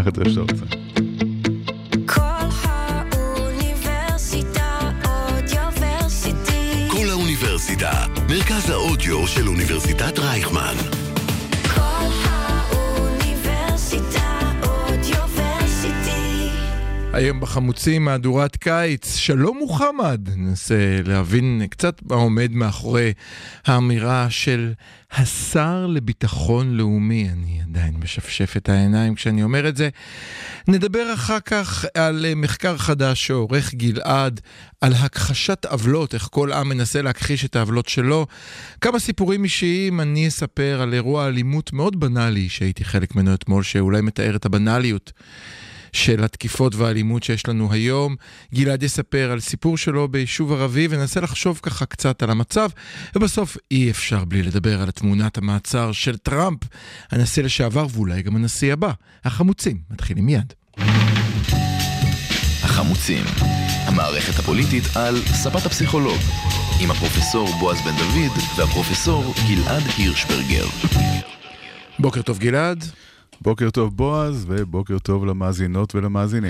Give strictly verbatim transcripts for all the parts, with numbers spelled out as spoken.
קח את זה שאתה רוצה. כל האוניברסיטה, מרכז האודיו של אוניברסיטת רייכמן. כל האוניברסיטה אודיוורסיטי. היום בחמוצים מהדורת קיץ, שלום מוחמד. ננסה להבין קצת מה עומד מאחורי האמירה של השר לביטחון לאומי. אני עדיין משפשף את העיניים כשאני אומר את זה. נדבר אחר כך על מחקר חדש שעורך גלעד, על הכחשת עוולות, איך כל עם מנסה להכחיש את העוולות שלו. כמה סיפורים אישיים, אני אספר על אירוע אלימות מאוד בנאלי, שהייתי חלק ממנו אתמול, שאולי מתאר את הבנאליות של התקיפות והאלימות שיש לנו היום. גלעד יספר על סיפור שלו ביישוב ערבי, וננסה לחשוב ככה קצת על המצב, ובסוף אי אפשר בלי לדבר על תמונת המעצר של טראמפ, הנשיא לשעבר ואולי גם הנשיא הבא. החמוצים, מתחילים מיד. החמוצים, המערכת הפוליטית על ספת הפסיכולוג, עם הפרופסור בועז בן דוד והפרופסור גלעד הירשברגר. בוקר טוב גלעד. בוקר טוב בועז, ובוקר טוב למאזינות ולמאזינים.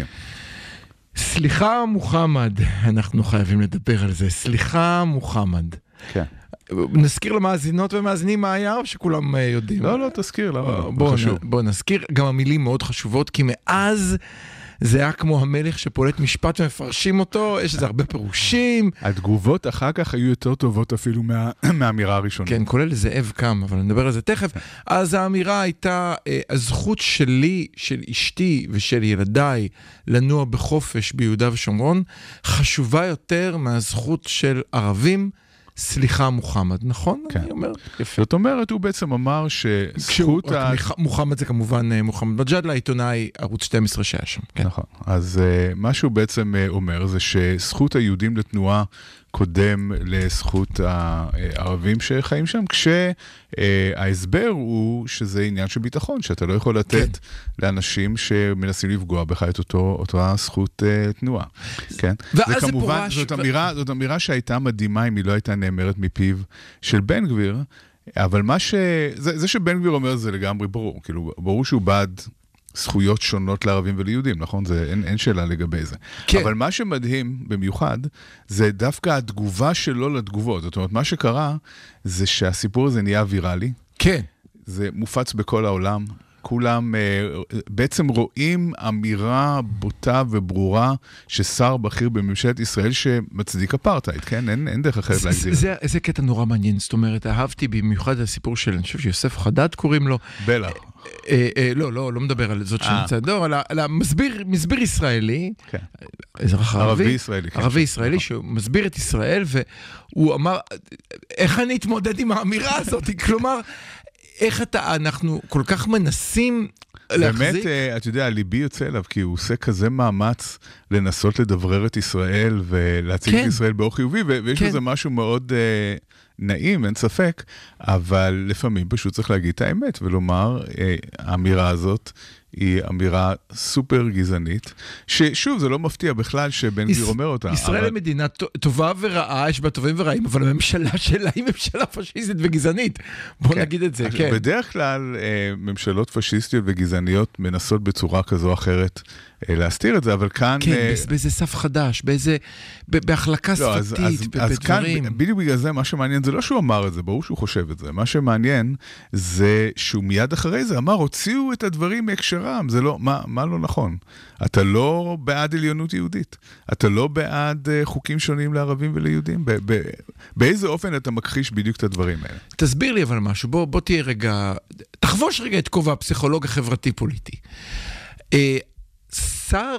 סליחה מוחמד, אנחנו חייבים לדבר על זה. סליחה מוחמד. כן. נזכיר למאזינות ומאזינים מה היה, או שכולם יודעים? לא, לא, תזכיר, למה? בוא, בוא נזכיר, גם המילים מאוד חשובות, כי מאז זה היה כמו המלך שפולט משפט ומפרשים אותו, יש איזה הרבה פירושים. התגובות אחר כך היו יותר טובות אפילו מה, מהאמירה הראשונה. כן, כולל זאב קם, אבל נדבר על זה תכף. אז האמירה הייתה, הזכות שלי, של אשתי ושל ילדיי, לנוע בחופש ביהודה ושומרון, חשובה יותר מהזכות של ערבים, סליחה מוחמד, נכון? כן. אני אומר, יפה. זאת אומרת, הוא בעצם אמר שזכות ה... מוחמד זה כמובן מוחמד בג'אדלה, עיתונאי ערוץ שתים עשרה שהיה שם. כן. נכון. אז uh, מה שהוא בעצם uh, אומר זה שזכות היהודים לתנועה קודם לזכות הערבים שחיים שם, כשההסבר הוא שזה עניין של ביטחון, שאתה לא יכול לתת לאנשים שמנסים לפגוע בך את אותו, אותה זכות תנועה. כן? ואז זה כמובן, פורש... זאת אמירה, זאת אמירה שהייתה מדהימה אם היא לא הייתה נאמרת מפיו של בן גביר, אבל מה ש... זה, זה שבן גביר אומר זה לגמרי ברור, כאילו, ברור שהוא בעד זכויות שונות לערבים וליהודים, נכון? זה, אין, אין שאלה לגבי זה. כן. אבל מה שמדהים במיוחד, זה דווקא התגובה שלו לתגובות. זאת אומרת, מה שקרה, זה שהסיפור הזה נהיה ויראלי. כן. זה מופץ בכל העולם. כולם בעצם רואים אמירה בוטה וברורה ששר בכיר בממשלת ישראל שמצדיק אפרטהייד, כן? אין, אין דרך אחרת להגדיר. זה, זה קטע נורא מעניין, זאת אומרת, אהבתי במיוחד הסיפור של, אני חושב שיוסף חדד קוראים לו. בלח. אה, אה, לא, לא, לא מדבר על זאת שנמצא דור, על, על המסביר, מסביר ישראלי, כן. אזרח ערבי, ערבי ישראלי, כן. ערבי ישראלי, שהוא מסביר את ישראל, והוא אמר, איך אני אתמודד עם האמירה הזאת? כלומר, איך אתה, אנחנו כל כך מנסים להחזיק... באמת, את יודע, ליבי יוצא אליו, כי הוא עושה כזה מאמץ לנסות לדברר את ישראל, ולהציג כן. את ישראל באור חיובי, ויש כן. לזה משהו מאוד uh, נעים, אין ספק, אבל לפעמים פשוט צריך להגיד את האמת, ולומר, uh, האמירה הזאת היא אמירה סופר גזענית, ששוב, זה לא מפתיע בכלל שבן גביר אומר אותה. ישראל היא מדינה טובה ורעה, יש בה טובים ורעים, אבל הממשלה שלה היא ממשלה פשיסטית וגזענית. בוא נגיד את זה, כן. בדרך כלל, ממשלות פשיסטיות וגזעניות מנסות בצורה כזו או אחרת להסתיר את זה, אבל כאן... כן, באיזה סף חדש, באיזה... בהחלקה שפתית, בדברים. אז כאן, בדיוק בגלל זה, מה שמעניין זה לא שהוא אמר את זה, ברור שהוא חושב את זה. מה שמעניין זה שהוא מיד אחרי זה אמר, הוציאו את הדברים מהקשרם, זה לא, מה, מה לא נכון? אתה לא בעד עליונות יהודית. אתה לא בעד חוקים שונים לערבים וליהודים. באיזה אופן אתה מכחיש בדיוק את הדברים האלה? תסביר לי אבל משהו, בוא, בוא תהיה רגע, תחבוש רגע את כובע הפסיכולוג החברתי פוליטי. שר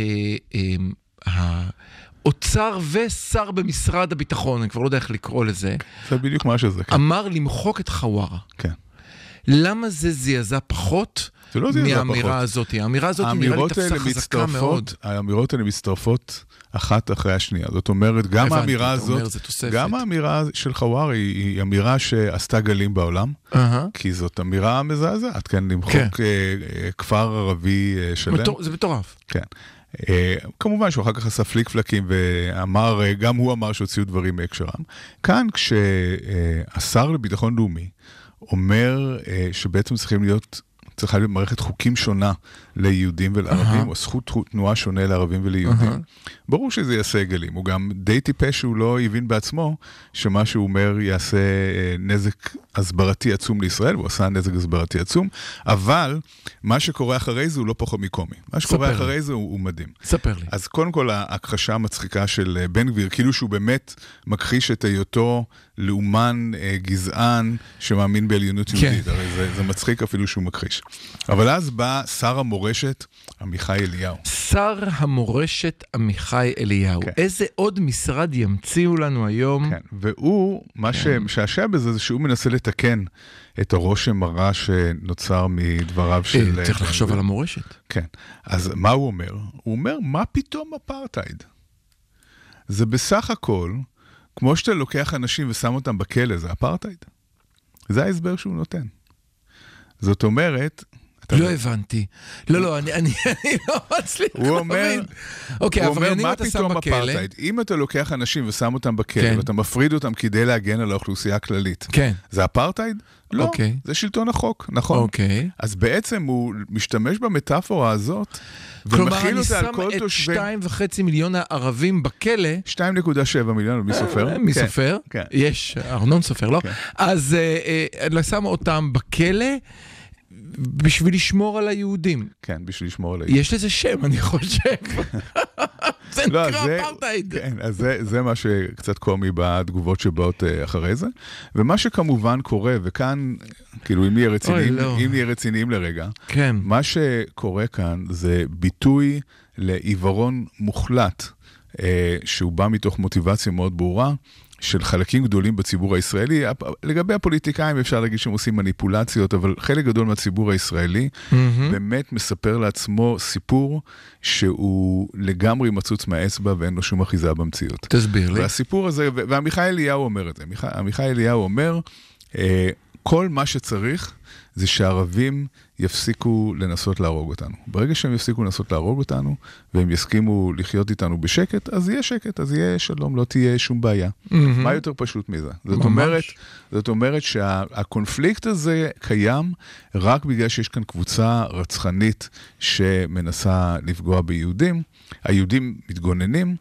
האוצר ושר במשרד הביטחון, אני כבר לא יודע איך לקרוא לזה, זה בדיוק מה שזה, כן. אמר למחוק את חווארה. כן. למה זה זעזע פחות לא מהאמירה הזאת? האמירה הזאת נראה לי תפסה חזקה מאוד. האמירות האלה מצטרפות אחת אחרי השנייה. זאת אומרת, גם האמירה הזאת, גם האמירה של חווארה היא אמירה שעשתה גלים בעולם, כי זאת אמירה מזעזעת, כן, למחוק כפר ערבי שלם. זה מטורף. כן. כמובן שהוא אחר כך עשה פליק פלקים ואמר, גם הוא אמר שהוציאו דברים מהקשרם. כאן כשהשר לביטחון לאומי אומר שבעצם צריכים להיות, צריכה להיות מערכת חוקים שונה ליהודים ולערבים, או זכות תנועה שונה לערבים וליהודים. ברור שזה יעשה גלים. הוא גם די טיפש שהוא לא הבין בעצמו שמה שהוא אומר יעשה נזק הסברתי עצום לישראל, הוא עשה נזק הסברתי עצום, אבל מה שקורה אחרי זה הוא לא פחות מקומי. מה שקורה אחרי זה הוא מדהים. ספר לי. אז קודם כל, ההכחשה המצחיקה של בן גביר, כאילו שהוא באמת מכחיש את היותו לאומן גזען שמאמין בעליונות יהודית. הרי זה, זה מצחיק אפילו שהוא מכחיש. אבל אז בא שר המורשת, עמיחי אליהו. שר המורשת עמיחי אליהו. כן. איזה עוד משרד ימציאו לנו היום? כן, והוא, מה כן. שמשעשע בזה, זה שהוא מנסה לתקן את הרושם הרע שנוצר מדבריו של... צריך לחשוב על המורשת. כן. אז מה הוא אומר? הוא אומר, מה פתאום אפרטהייד? זה בסך הכל, כמו שאתה לוקח אנשים ושם אותם בכלא, זה אפרטהייד. זה ההסבר שהוא נותן. זאת אומרת... לא הבנתי. לא, לא, אני, אני, אני לא מצליח. הוא אומר, אוקיי, הוא אומר, מה פתאום אפרטהייד? אם אתה לוקח אנשים ושם אותם בכלא, ואתה מפריד אותם כדי להגן על האוכלוסייה הכללית, זה אפרטהייד? לא, זה שלטון החוק, נכון? אז בעצם הוא משתמש במטאפורה הזאת, כלומר, אני שם את שתיים וחצי מיליון הערבים בכלא. שתיים נקודה שבע מיליון, מי סופר? מי סופר? יש, ארנון סופר, לא? אז אני שם אותם בכלא, בשביל לשמור על היהודים. כן, בשביל לשמור על היהודים. יש לזה שם, אני חושב. זה נקרא אפרטהייד. כן, אז זה, זה מה שקצת קומי בתגובות שבאות אחרי זה. ומה שכמובן קורה, וכאן, כאילו, אם נהיה רציניים, אם נהיה רציניים לרגע, כן. מה שקורה כאן זה ביטוי לעיוורון מוחלט, שהוא בא מתוך מוטיבציה מאוד ברורה, של חלקים גדולים בציבור הישראלי. לגבי הפוליטיקאים אפשר להגיד שהם עושים מניפולציות, אבל חלק גדול מהציבור הישראלי mm-hmm. באמת מספר לעצמו סיפור שהוא לגמרי מצוץ מהאצבע ואין לו שום אחיזה במציאות. תסביר לי. והסיפור הזה, ועמיחי אליהו אומר את זה, עמיחי אליהו אומר, כל מה שצריך זה שהערבים יפסיקו לנסות להרוג אותנו. ברגע שהם יפסיקו לנסות להרוג אותנו, והם יסכימו לחיות איתנו בשקט, אז יהיה שקט, אז יהיה שלום, לא תהיה שום בעיה. Mm-hmm. מה יותר פשוט מזה? זאת אומרת, זאת אומרת שהקונפליקט הזה קיים רק בגלל שיש כאן קבוצה רצחנית שמנסה לפגוע ביהודים. היהודים מתגוננים,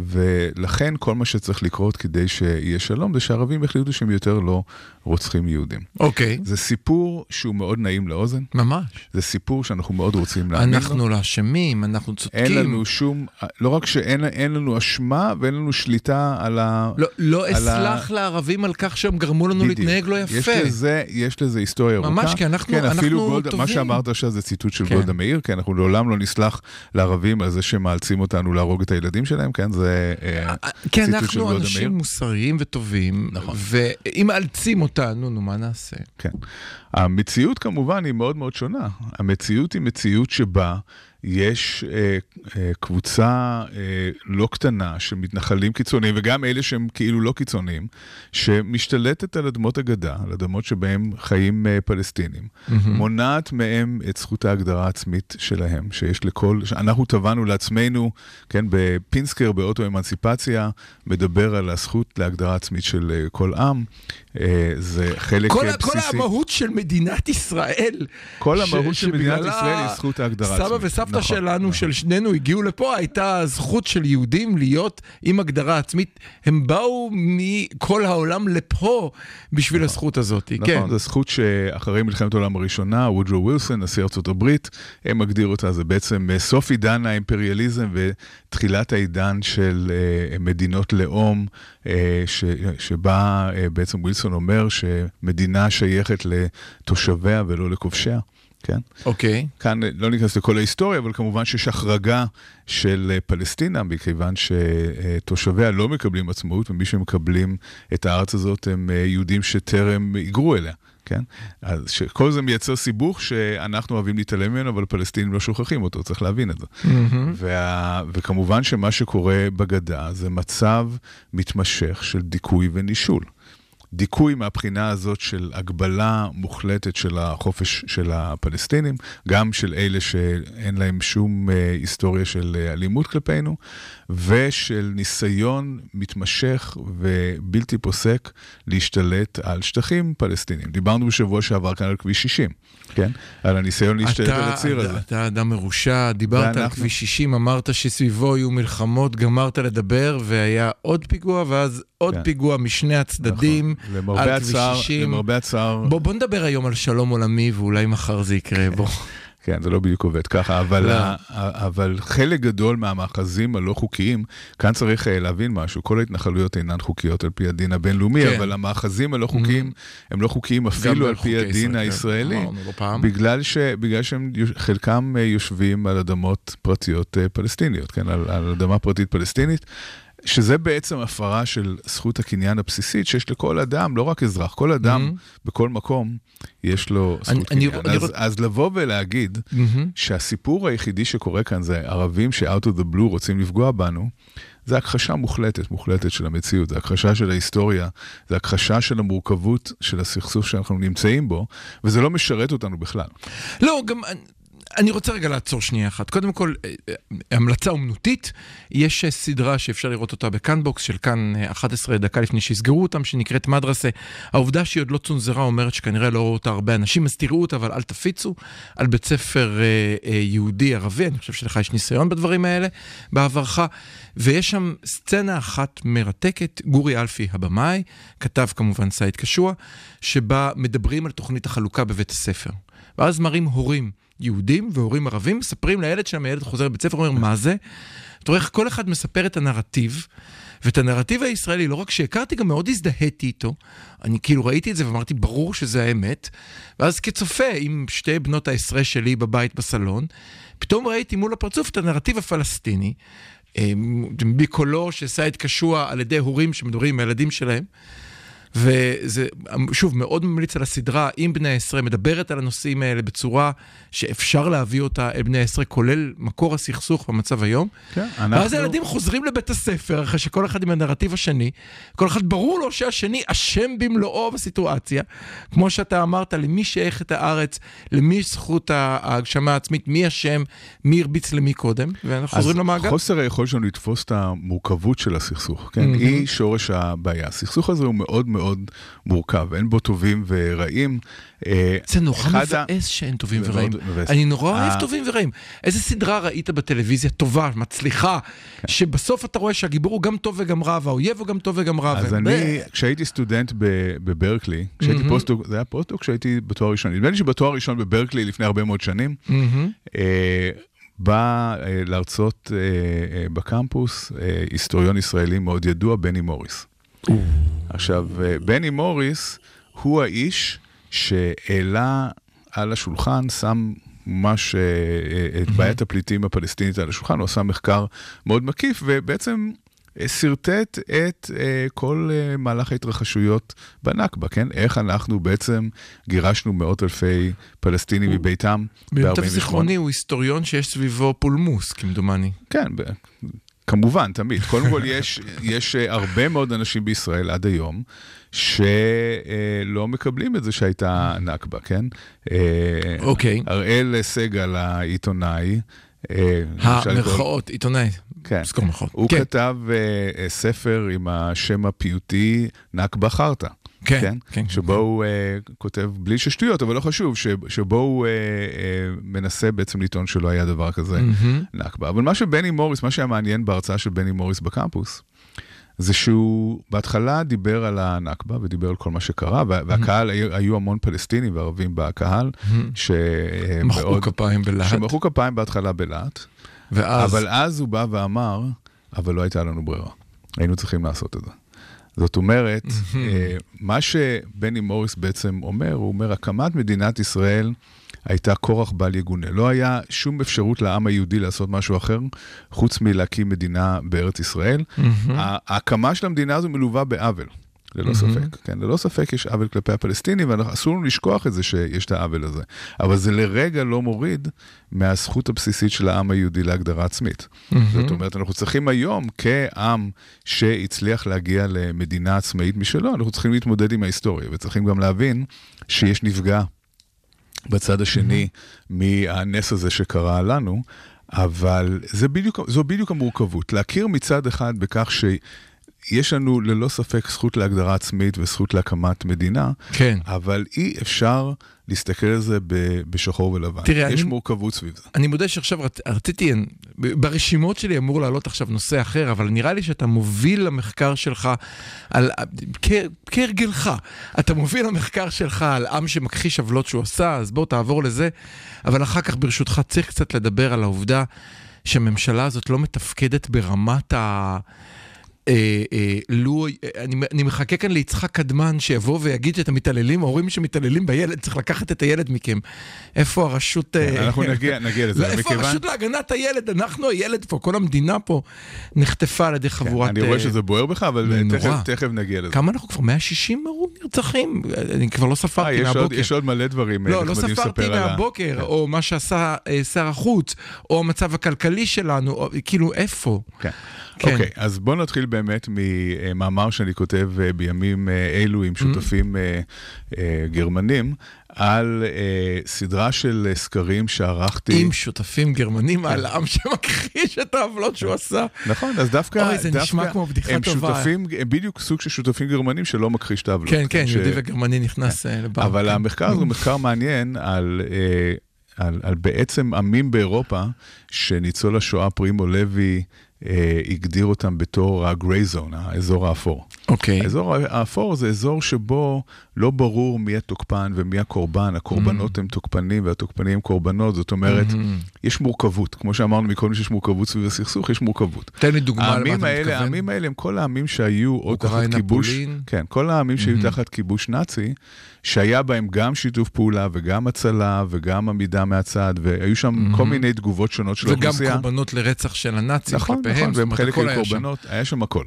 ולכן כל מה שצריך לקרות כדי שיהיה שלום, זה שהערבים החליטו שהם יותר לא רוצחים יהודים. אוקיי. זה סיפור שהוא מאוד נעים לאוזן. ממש. זה סיפור שאנחנו מאוד רוצים להאמין לו. אנחנו לא אשמים, אנחנו צודקים. אין לנו שום, לא רק שאין אין לנו אשמה, ואין לנו שליטה על ה... לא, לא אסלח לערבים על כך שהם גרמו לנו בדיוק. להתנהג לא יפה. יש לזה, יש לזה היסטוריה ארוכה. ממש, כי אנחנו, כן, אנחנו גולד, טובים. מה שאמרת עכשיו זה ציטוט של כן. גולדה מאיר, כי אנחנו לעולם לא נסלח לערבים על זה שמאלצים אותנו להרוג את הילדים שלהם, כן, זה כן, ציטוט של גולדה מאיר. אנחנו אנשים מוסריים וטובים, נכון. ואם מאלצים אותנו, נו, מה נעשה? כן. המציאות כמובן היא מאוד מאוד שונה. המציאות היא מציאות שבה יש אה, אה, קבוצה אה, לא קטנה של מתנחלים קיצוניים, וגם אלה שהם כאילו לא קיצוניים, שמשתלטת על אדמות הגדה, על אדמות שבהם חיים אה, פלסטינים, mm-hmm. מונעת מהם את זכות ההגדרה העצמית שלהם, שיש לכל, אנחנו טבענו לעצמנו, כן, בפינסקר, באוטו אמנסיפציה, מדבר על הזכות להגדרה עצמית של אה, כל עם, אה, זה חלק כל, בסיסי. כל המהות של מדינת ישראל, כל המהות ש, של מדינת ישראל היא זכות ההגדרה עצמית. סבא וסבתא נכון, שלנו, נכון. של שנינו הגיעו לפה, הייתה זכות של יהודים להיות עם הגדרה עצמית. הם באו מכל העולם לפה בשביל נכון. הזכות הזאת. נכון, כן. זו זכות שאחרי מלחמת העולם הראשונה, וודרו ווילסון, נשיא ארצות הברית, הם מגדיר אותה, זה בעצם סוף עידן האימפריאליזם ותחילת העידן של uh, מדינות לאום, uh, ש, שבה uh, בעצם ווילסון אומר שמדינה שייכת לתושביה ולא לכובשיה. כן? אוקיי. Okay. כאן לא ניכנס לכל ההיסטוריה, אבל כמובן שיש החרגה של פלסטינה, בכיוון שתושביה לא מקבלים עצמאות, ומי שמקבלים את הארץ הזאת הם יהודים שטרם היגרו אליה. כן? אז שכל זה מייצר סיבוך שאנחנו אוהבים להתעלם ממנו, אבל פלסטינים לא שוכחים אותו, צריך להבין את זה. Mm-hmm. וה... וכמובן שמה שקורה בגדה זה מצב מתמשך של דיכוי ונישול. דיכוי מהבחינה הזאת של הגבלה מוחלטת של החופש של הפלסטינים, גם של אלה שאין להם שום היסטוריה של אלימות כלפינו, ושל ניסיון מתמשך ובלתי פוסק להשתלט על שטחים פלסטינים. דיברנו בשבוע שעבר כאן על כביש שישים, כן? על הניסיון להשתלט על הציר הזה. אתה אדם מרושע, דיברת על כביש שישים, אמרת שסביבו יהיו מלחמות, גמרת לדבר, והיה עוד פיגוע, ואז עוד פיגוע משני הצדדים על כביש שישים. למרבה הצער. בוא נדבר היום על שלום עולמי, ואולי מחר זה יקרה בו. כן, זה לא בדיוק עובד ככה, אבל, ה, אבל חלק גדול מהמאחזים הלא חוקיים, כאן צריך להבין משהו, כל ההתנחלויות אינן חוקיות על פי הדין הבינלאומי, כן. אבל המאחזים הלא חוקיים, הם לא חוקיים אפילו על פי הדין ישראל, הישראלי, כן. בגלל, ש, בגלל שהם חלקם יושבים על אדמות פרטיות פלסטיניות, כן, על, על אדמה פרטית פלסטינית, שזה בעצם הפרה של זכות הקניין הבסיסית שיש לכל אדם, לא רק אזרח, כל אדם mm-hmm. בכל מקום יש לו זכות אני, קניין. אני, אז, אני... אז לבוא ולהגיד mm-hmm. שהסיפור היחידי שקורה כאן זה ערבים ש-out of the blue רוצים לפגוע בנו, זה הכחשה מוחלטת, מוחלטת של המציאות, זה הכחשה של ההיסטוריה, זה הכחשה של המורכבות של הסכסוך שאנחנו נמצאים בו, וזה לא משרת אותנו בכלל. לא, גם... אני רוצה רגע לעצור שנייה אחת. קודם כל, המלצה אומנותית, יש סדרה שאפשר לראות אותה בקאנבוקס, של כאן אחת עשרה דקה לפני שיסגרו אותם, שנקראת מדרסה. העובדה שהיא עוד לא צונזרה אומרת שכנראה לא ראו אותה הרבה אנשים, אז תראו אותה, אבל אל תפיצו, על בית ספר יהודי-ערבי, אני חושב שלך יש ניסיון בדברים האלה, בעברך, ויש שם סצנה אחת מרתקת, גורי אלפי הבמאי, כתב כמובן סייד קשוע, שבה מדברים על תוכנית החלוקה בבית הספר. ואז מראים הורים, יהודים והורים ערבים, מספרים לילד שם, הילד חוזר לבית ספר, אומר, מה זה? אתה רואה איך כל אחד מספר את הנרטיב, ואת הנרטיב הישראלי, לא רק שהכרתי, גם מאוד הזדהיתי איתו, אני כאילו ראיתי את זה ואמרתי, ברור שזה האמת, ואז כצופה עם שתי בנות העשרה שלי בבית בסלון, פתאום ראיתי מול הפרצוף את הנרטיב הפלסטיני, בקולו שסייד קשוע על ידי הורים שמדברים עם הילדים שלהם, וזה, שוב, מאוד ממליץ על הסדרה, עם בני העשרה, מדברת על הנושאים האלה בצורה שאפשר להביא אותה אל בני העשרה, כולל מקור הסכסוך במצב היום. כן, אנחנו... ואז הילדים חוזרים לבית הספר, אחרי שכל אחד עם הנרטיב השני, כל אחד ברור לו שהשני אשם במלואו בסיטואציה, כמו שאתה אמרת, למי שייך את הארץ, למי זכות ההגשמה העצמית, מי אשם, מי הרביץ למי קודם, ואנחנו חוזרים למעגל. חוסר היכול שלנו לתפוס את המורכבות של הסכסוך, כן? Mm-hmm. היא שורש הבעיה. הסכסוך הזה הוא מאוד מאוד מורכב, אין בו טובים ורעים. זה נורא מבאס שאין טובים ורעים. אני נורא אוהב טובים ורעים. איזה סדרה ראית בטלוויזיה טובה, מצליחה, שבסוף אתה רואה שהגיבור הוא גם טוב וגם רע, והאויב הוא גם טוב וגם רע. אז אני, כשהייתי סטודנט בברקלי, כשהייתי פוסט-דוק, זה היה פוסט-דוק כשהייתי בתואר ראשון. נדמה לי שבתואר ראשון בברקלי לפני הרבה מאוד שנים, בא להרצות בקמפוס היסטוריון ישראלי מאוד ידוע, בני מוריס. עכשיו, בני מוריס הוא האיש שהעלה על השולחן, שם ממש את בעיית הפליטים הפלסטינית על השולחן, הוא עשה מחקר מאוד מקיף, ובעצם סרטט את כל מהלך ההתרחשויות בנכבה, כן? איך אנחנו בעצם גירשנו מאות אלפי פלסטינים מביתם ב-ארבעים ושמונה. במיטב זיכרוני הוא היסטוריון שיש סביבו פולמוס, כמדומני. כן, כמובן, תמיד. קודם כל, יש, יש הרבה מאוד אנשים בישראל עד היום, שלא מקבלים את זה שהייתה נכבה, כן? אוקיי. אראל סגל, העיתונאי, המרכאות, עיתונאי. כן. הוא כתב ספר עם השם הפיוטי נכבה חרטה. כן, כן, שבו הוא כותב בלי ששטויות, אבל לא חשוב, שבו הוא מנסה בעצם לטעון שלא היה דבר כזה נכבה. אבל מה שבני מוריס, מה שהיה מעניין בהרצאה של בני מוריס בקמפוס, זה שהוא בהתחלה דיבר על הנכבה, ודיבר על כל מה שקרה, והקהל, היו המון פלסטינים וערבים בקהל, שמחאו כפיים בלהט. שמחאו כפיים בהתחלה בלהט, אבל אז הוא בא ואמר, אבל לא הייתה לנו ברירה. היינו צריכים לעשות את זה. זאת אומרת, מה שבני מוריס בעצם אומר, הוא אומר, הקמת מדינת ישראל הייתה כורח בל יגונה. לא היה שום אפשרות לעם היהודי לעשות משהו אחר, חוץ מלהקים מדינה בארץ ישראל. ההקמה של המדינה הזו מלווה בעוול. ללא ספק, כן, ללא ספק יש עוול כלפי הפלסטינים, ואסור לנו לשכוח את זה שיש את העוול הזה. אבל זה לרגע לא מוריד מהזכות הבסיסית של העם היהודי להגדרה עצמית. זאת אומרת, אנחנו צריכים היום, כעם שהצליח להגיע למדינה עצמאית משלו, אנחנו צריכים להתמודד עם ההיסטוריה, וצריכים גם להבין שיש נפגע בצד השני מהנס הזה שקרה לנו, אבל זה בדיוק, זו בדיוק המורכבות. להכיר מצד אחד בכך ש... יש לנו ללא ספק זכות להגדרה עצמית וזכות להקמת מדינה, כן. אבל אי אפשר להסתכל על זה בשחור ולבן. תראה, יש אני, מורכבות סביב זה. אני מודה שעכשיו רצ, רציתי, ברשימות שלי אמור לעלות עכשיו נושא אחר, אבל נראה לי שאתה מוביל למחקר שלך, על, כהרגלך, אתה מוביל למחקר שלך על עם שמכחיש עוולות שהוא עשה, אז בוא תעבור לזה, אבל אחר כך ברשותך צריך קצת לדבר על העובדה שהממשלה הזאת לא מתפקדת ברמת ה... אני מחכה כאן ליצחק קדמן שיבוא ויגיד שאתם מתעללים, ההורים שמתעללים בילד, צריך לקחת את הילד מכם. איפה הרשות... אנחנו נגיע לזה. איפה הרשות להגנת הילד? אנחנו הילד פה, כל המדינה פה נחטפה על ידי חבורת... אני רואה שזה בוער בך, אבל תכף נגיע לזה. כמה אנחנו כבר? מאה ושישים נרצחים? אני כבר לא ספרתי מהבוקר. יש עוד מלא דברים. לא, לא ספרתי מהבוקר, או מה שעשה שר החוץ, או המצב הכלכלי שלנו, כאילו איפה? אוקיי, אז בואו נתחיל באמת ממאמר שאני כותב בימים אלו עם שותפים גרמנים, על סדרה של סקרים שערכתי... עם שותפים גרמנים על העם שמכחיש את העוולות שהוא עשה. נכון, אז דווקא... אוי, זה נשמע כמו בדיחה טובה. הם בדיוק סוג של שותפים גרמנים שלא מכחיש את העוולות. כן, כן, יהודי וגרמני נכנס לבנק. אבל המחקר הזה הוא מחקר מעניין על... על, על בעצם עמים באירופה, שניצול השואה פרימו לוי אה, הגדיר אותם בתור הגריי זון, האזור האפור. אוקיי. האזור האפור זה אזור שבו לא ברור מי התוקפן ומי הקורבן. הקורבנות mm-hmm. הם תוקפנים והתוקפנים הם קורבנות. זאת אומרת, mm-hmm. יש מורכבות. כמו שאמרנו מקודם שיש מורכבות סביב הסכסוך, יש מורכבות. תן לי דוגמה למה אתה מתכוון. העמים האלה הם כל העמים שהיו או תחת כיבוש... כן, כל העמים mm-hmm. שהיו תחת כיבוש נאצי, שהיה בהם גם שיתוף פעולה וגם הצלה וגם עמידה מהצד, והיו שם mm-hmm. כל מיני תגובות שונות של האוכלוסייה. וגם קורבנות לרצח של הנאצים. נכון, נכון, והם חלק מקורבנות, היה שם הכל.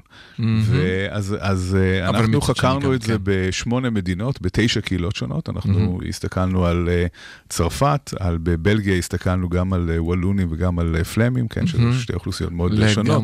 ואז אז אנחנו חקרנו את זה בשמונה מדינות, בתשע קהילות שונות, אנחנו הסתכלנו על צרפת, על בבלגיה הסתכלנו גם על וולונים וגם על פלמים, כן, שזה שתי אוכלוסיות מאוד שונות.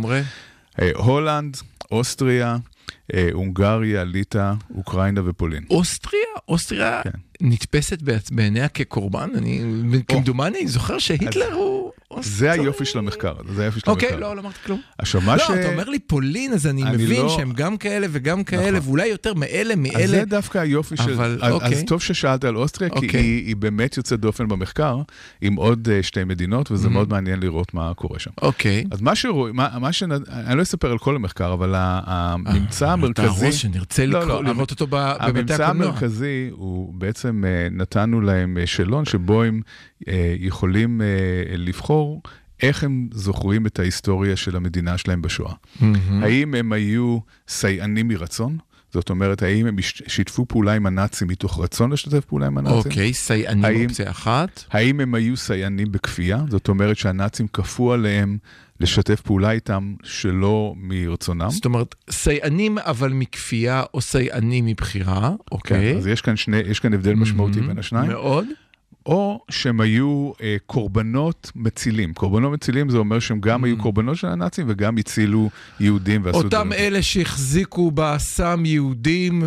הולנד, אוסטריה, הונגריה, ליטא, אוקראינה ופולין. אוסטריה? אוסטריה נתפסת בעיניה כקורבן? אני, כמדומני, זוכר שהיטלר הוא... זה היופי של המחקר. זה היופי של המחקר. אוקיי, לא, לא אמרתי כלום. לא, אתה אומר לי פולין, אז אני מבין שהם גם כאלה וגם כאלה, ואולי יותר מאלה, מאלה. אז זה דווקא היופי של... אז טוב ששאלת על אוסטריה, כי היא באמת יוצאת דופן במחקר, עם עוד שתי מדינות, וזה מאוד מעניין לראות מה קורה שם. אוקיי. אז מה שרואים, אני לא אספר על כל המחקר, אבל הממצא המרכזי... שנרצה לראות אותו בבתי הקולנוע. הממצא המרכזי הוא בעצם נתנו להם שאלון שבו הם יכולים לבחור איך הם זוכרים את ההיסטוריה של המדינה שלהם בשואה. האם הם היו סייענים מרצון? זאת אומרת, האם הם שיתפו פעולה עם הנאצים מתוך רצון לשתף פעולה עם הנאצים? אוקיי, סייענים אופציה אחת. האם הם היו סייענים בכפייה? זאת אומרת שהנאצים כפו עליהם לשתף פעולה איתם שלא מרצונם. זאת אומרת, סייענים אבל מכפייה או סייענים מבחירה, אוקיי. כן, אז יש כאן, שני, יש כאן הבדל משמעותי בין השניים. מאוד. או שהם היו אה, קורבנות מצילים. קורבנות מצילים זה אומר שהם גם mm. היו קורבנות של הנאצים וגם הצילו יהודים ועשו אותם דברים. אלה שהחזיקו באסם יהודים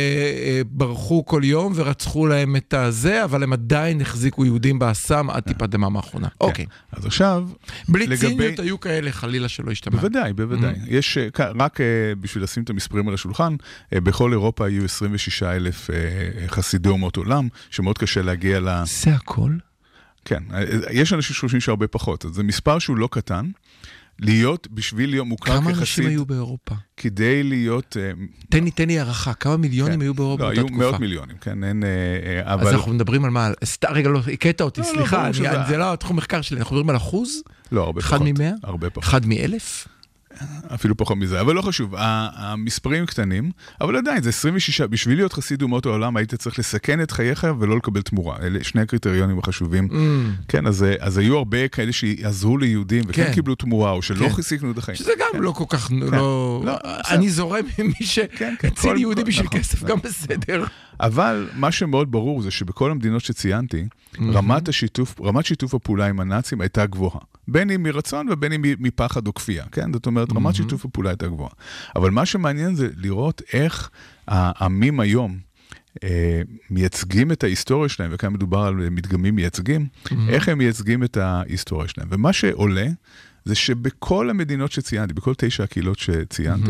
וברחו כל יום ורצחו להם את הזה, אבל הם עדיין החזיקו יהודים באסם עד טיפת דמם האחרונה. אוקיי. אז עכשיו... בלי לגבי... ציניות היו כאלה חלילה שלא השתמע. בוודאי, בוודאי. Mm. יש, רק בשביל לשים את המספרים על השולחן, בכל אירופה היו עשרים ושישה אלף חסידי אומות עולם, שמאוד קשה להגיע ל... זה הכל? כן, יש אנשים שחושבים שהרבה פחות, אז זה מספר שהוא לא קטן, להיות בשביל להיות מוכר כחסיד. כמה אנשים היו באירופה? כדי להיות... תן לי, תן לי הערכה, כמה מיליונים היו באירופה באותה תקופה? לא, היו מאות מיליונים, כן, אין... אז אנחנו מדברים על מה? רגע, לא, הקטע אותי, סליחה, זה לא התחום מחקר שלי, אנחנו מדברים על אחוז? לא, הרבה פחות. אחד ממאה? הרבה פחות. אחד מאלף? אפילו פחות מזה, אבל לא חשוב, המספרים קטנים, אבל עדיין, זה עשרים ושש, בשביל להיות חסיד אומות העולם, היית צריך לסכן את חייך ולא לקבל תמורה. אלה שני הקריטריונים החשובים. כן, אז, אז היו הרבה כאלה שעזרו ליהודים, וכן קיבלו תמורה, או שלא חיסיקנו את החיים. שזה גם לא כל כך, לא... אני זורם ממי שהציל יהודים בשביל כסף, גם בסדר. אבל מה שמאוד ברור זה שבכל המדינות שציינתי, רמת השיתוף, רמת שיתוף הפעולה עם הנאצים הייתה גבוהה. בין אם מרצון ובין אם מפחד או כפייה, כן? זאת אומרת, רמת שיתוף הפעולה הייתה גבוהה. אבל מה שמעניין זה לראות איך העמים היום מייצגים את ההיסטוריה שלהם, וכאן מדובר על מדגמים מייצגים, איך הם מייצגים את ההיסטוריה שלהם. ומה שעולה זה שבכל המדינות שציינתי, בכל תשע הקהילות שציינתי,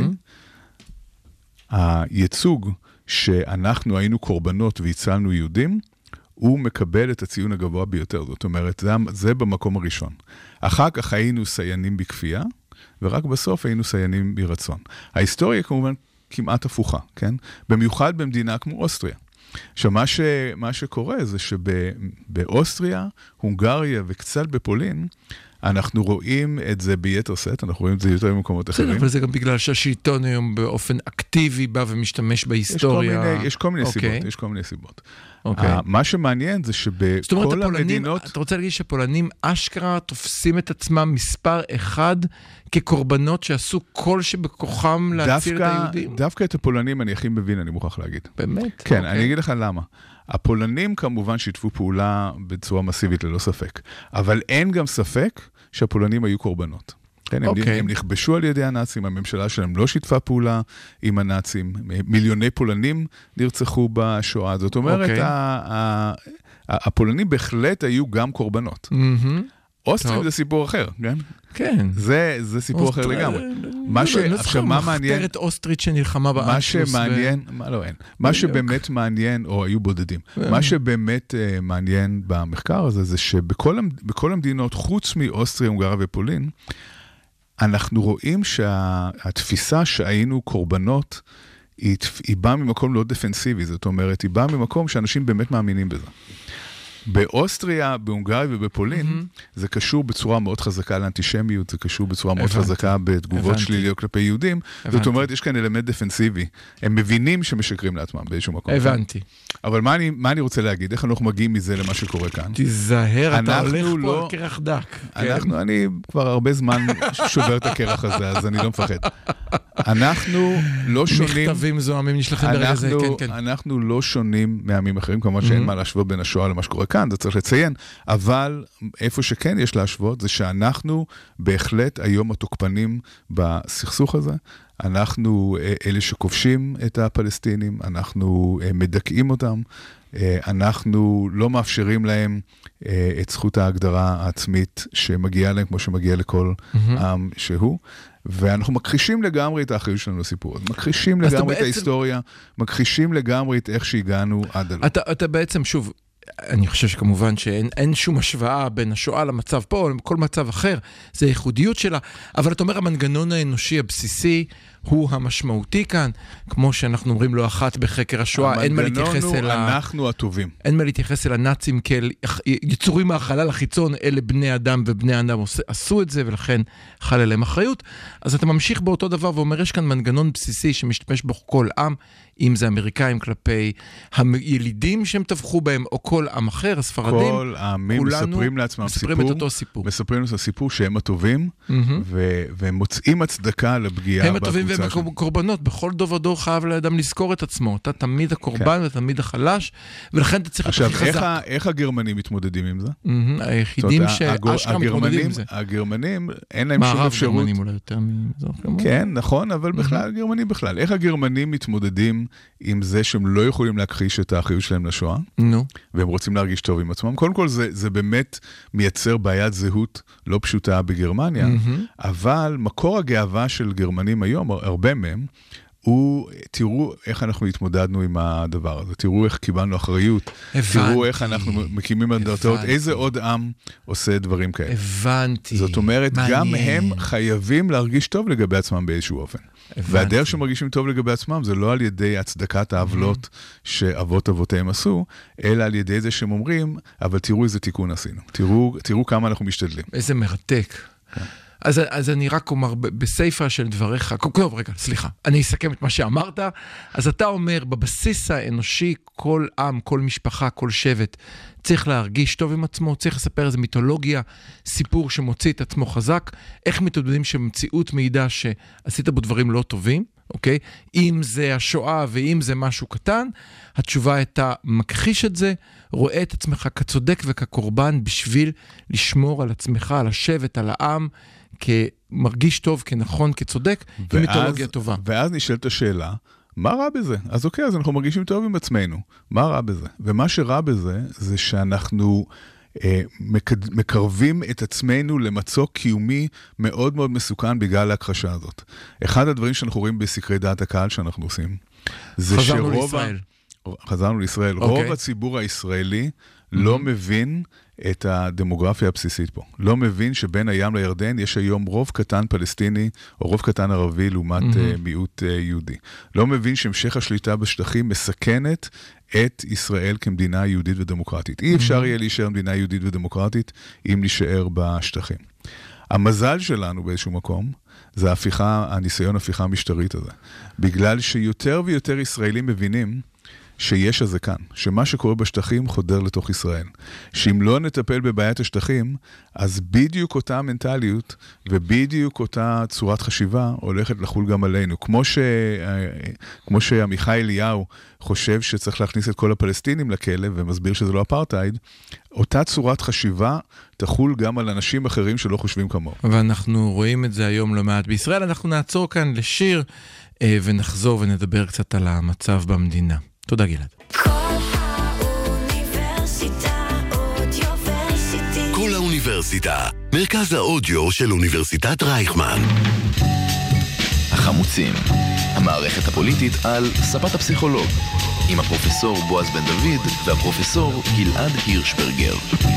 הייצוג שאנחנו היינו קורבנות והצלנו יהודים, הוא מקבל את הציון הגבוה ביותר. זאת אומרת, זה, זה במקום הראשון. אחר כך היינו סיינים בכפייה, ורק בסוף היינו סיינים ברצון. ההיסטוריה כמובן כמעט הפוכה, כן? במיוחד במדינה כמו אוסטריה. עכשיו, מה, ש, מה שקורה זה שבאוסטריה, הונגריה וקצת בפולין, אנחנו רואים את זה ביתר סט, אנחנו רואים את זה יותר במקומות אחרים. אבל זה גם בגלל שהשלטון היום באופן אקטיבי בא ומשתמש בהיסטוריה. יש כל מיני סיבות, יש כל מיני סיבות. מה שמעניין זה שבכל המדינות... אתה רוצה להגיד שפולנים אשכרה תופסים את עצמם מספר אחד כקורבנות שעשו כל שבכוחם להציל את היהודים? דווקא את הפולנים אני הכי מבין, אני מוכרח להגיד. באמת? כן, אני אגיד לך למה. הפולנים כמובן שיתפו פעולה בצורה מסיבית ללא ספק, אבל אין גם ספק שהפולנים היו קורבנות. כן, הם, okay. הם נכבשו על ידי הנאצים, הממשלה שלהם לא שיתפה פעולה עם הנאצים, מיליוני פולנים נרצחו בשואה, זאת אומרת, okay. ה- ה- ה- הפולנים בהחלט היו גם קורבנות. Mm-hmm. אוסטרים זה סיפור אחר, כן? כן. זה, זה סיפור אחר לגמרי. מה ש... עכשיו, מה מעניין... מחתרת אוסטרית שנלחמה באנשלוס. מה שמעניין... מה לא, אין. מה שבאמת מעניין, או היו בודדים, מה שבאמת מעניין במחקר הזה, זה שבכל המדינות, חוץ מאוסטריה, הונגריה ופולין, אנחנו רואים שהתפיסה שהיינו קורבנות, היא באה ממקום לא דפנסיבי, זאת אומרת, היא באה ממקום שאנשים באמת מאמינים בזה. באוסטריה, בהונגריה ובפולין, mm-hmm. זה קשור בצורה מאוד חזקה לאנטישמיות, זה קשור בצורה מאוד הבנתי. חזקה בתגובות שליליות כלפי יהודים. הבנתי. זאת אומרת, יש כאן אלמנט דפנסיבי. הם מבינים שמשקרים לעצמם באיזשהו מקום. הבנתי. אבל מה אני, מה אני רוצה להגיד? איך אנחנו מגיעים מזה למה שקורה כאן? תיזהר, אתה הולך לא, פה על קרח דק. אנחנו, כן? אני כבר הרבה זמן שובר את הקרח הזה, אז אני לא מפחד. אנחנו לא שונים... מכתבים זוהמים נשלחים ברגע זה, כן, כן. אנחנו לא שונים מעמים אחרים, כמובן שאין מה להשוות בין השואה למה שקורה כאן, זה צריך לציין, אבל איפה שכן יש להשוות, זה שאנחנו בהחלט היום התוקפנים בסכסוך הזה, אנחנו אלה שכובשים את הפלסטינים, אנחנו מדכאים אותם, אנחנו לא מאפשרים להם את זכות ההגדרה העצמית שמגיעה להם, כמו שמגיע לכל עם שהוא, ואנחנו מכחישים לגמרי את האחריות שלנו לסיפור. מכחישים לגמרי את ההיסטוריה, מכחישים לגמרי את איך שהגענו עד הלאה. אתה, אתה בעצם, שוב, אני חושב שכמובן שאין אין שום השוואה בין השואה למצב פה או לכל מצב אחר, זה הייחודיות שלה, אבל אתה אומר המנגנון האנושי הבסיסי הוא המשמעותי כאן, כמו שאנחנו אומרים לא אחת בחקר השואה, אין מה להתייחס אל... המנגנון הוא אנחנו הטובים. אין מה להתייחס אל הנאצים כאל יצורים מהחלל החיצון, אלה בני אדם ובני אדם עשו את זה, ולכן חל אליהם אחריות. אז אתה ממשיך באותו דבר ואומר, יש כאן מנגנון בסיסי שמשתמש בו כל עם, אם זה אמריקאים כלפי הילידים שהם טבחו בהם, או כל עם אחר, הספרדים. כל העמים מספרים לעצמם מספרים סיפור, את אותו סיפור. מספרים לעצמם סיפור שהם הטובים, mm-hmm. ו- והם מוצאים הצדקה לפגיעה הם הטובים והם הקורבנות. בכל דוב ודור חייב לאדם לזכור את עצמו. אתה תמיד הקורבן כן. ותמיד החלש, ולכן אתה צריך עכשיו, להיות הכי חזק. עכשיו, איך הגרמנים מתמודדים עם זה? Mm-hmm. היחידים שאשכרה מתמודדים עם זה. הגרמנים, אין להם שום אפשרות. מערב גרמנים אולי יותר מזרח גרמנים. כן, נכון, אבל בכלל, הגרמנים בכלל. איך הגרמנים מתמודדים עם זה שהם לא יכולים להכחיש את האחריות שלהם לשואה, נו. והם רוצים להרגיש טוב עם עצמם. קודם כל, זה, זה באמת מייצר בעיית זהות לא פשוטה בגרמניה, אבל מקור הגאווה של גרמנים היום, הרבה מהם, הוא, תראו איך אנחנו התמודדנו עם הדבר הזה, תראו איך קיבלנו אחריות, הבנתי, תראו איך אנחנו מקימים אנדרטאות, איזה עוד עם עושה דברים כאלה. הבנתי. זאת אומרת, מעניין. גם הם חייבים להרגיש טוב לגבי עצמם באיזשהו אופן. הבנתי. והדרך שמרגישים טוב לגבי עצמם, זה לא על ידי הצדקת העוולות שאבות אבותיהם עשו, אלא על ידי זה שהם אומרים, אבל תראו איזה תיקון עשינו, תראו, תראו כמה אנחנו משתדלים. איזה מרתק. כן. אז, אז אני רק אומר, בספר של דבריך, טוב, רגע, סליחה, אני אסכם את מה שאמרת. אז אתה אומר, בבסיס האנושי, כל עם, כל משפחה, כל שבט, צריך להרגיש טוב עם עצמו, צריך לספר איזו מיתולוגיה, סיפור שמוציא את עצמו חזק, איך מתמודדים שמציאות מעידה שעשית בו דברים לא טובים, אוקיי? אם זה השואה ואם זה משהו קטן, התשובה הייתה מכחיש את זה, רואה את עצמך כצודק וכקורבן בשביל לשמור על עצמך, על השבט, על העם, כמרגיש טוב, כנכון, כצודק, ואז, כמיתולוגיה טובה. ואז נשאלת השאלה, מה רע בזה? אז אוקיי, אז אנחנו מרגישים טוב עם עצמנו. מה רע בזה? ומה שרע בזה, זה שאנחנו אה, מקד... מקרבים את עצמנו למצוק קיומי מאוד מאוד מסוכן בגלל ההכחשה הזאת. אחד הדברים שאנחנו רואים בסקרי דעת הקהל שאנחנו עושים, זה חזרנו שרוב... לישראל. חזרנו לישראל. אוקיי. רוב הציבור הישראלי לא מבין את הדמוגרפיה הבסיסית פה. לא מבין שבין הים לירדן יש היום רוב קטן פלסטיני, או רוב קטן ערבי לעומת mm-hmm. מיעוט יהודי. לא מבין שהמשך השליטה בשטחים מסכנת את ישראל כמדינה יהודית ודמוקרטית. אי אפשר יהיה להישאר מדינה יהודית ודמוקרטית אם נשאר בשטחים. המזל שלנו באיזשהו מקום, זה ההפיכה, הניסיון ההפיכה המשטרית הזה. בגלל שיותר ויותר ישראלים מבינים שיש הזה כאן, שמה שקורה בשטחים חודר לתוך ישראל. שאם לא נטפל בבעיית השטחים, אז בדיוק אותה מנטליות ובדיוק אותה צורת חשיבה הולכת לחול גם עלינו. כמו, ש... כמו שעמיחי אליהו חושב שצריך להכניס את כל הפלסטינים לכלא ומסביר שזה לא אפרטהייד, אותה צורת חשיבה תחול גם על אנשים אחרים שלא חושבים כמוהו. ואנחנו רואים את זה היום לא מעט בישראל. אנחנו נעצור כאן לשיר ונחזור ונדבר קצת על המצב במדינה. תודה גלעד. כל האוניברסיטה אודיוורסיטי. כל האוניברסיטה, מרכז האודיו של אוניברסיטת רייכמן. החמוצים, המערכת הפוליטית על ספת הפסיכולוג, עם הפרופסור בועז בן דוד והפרופסור גלעד הירשברגר.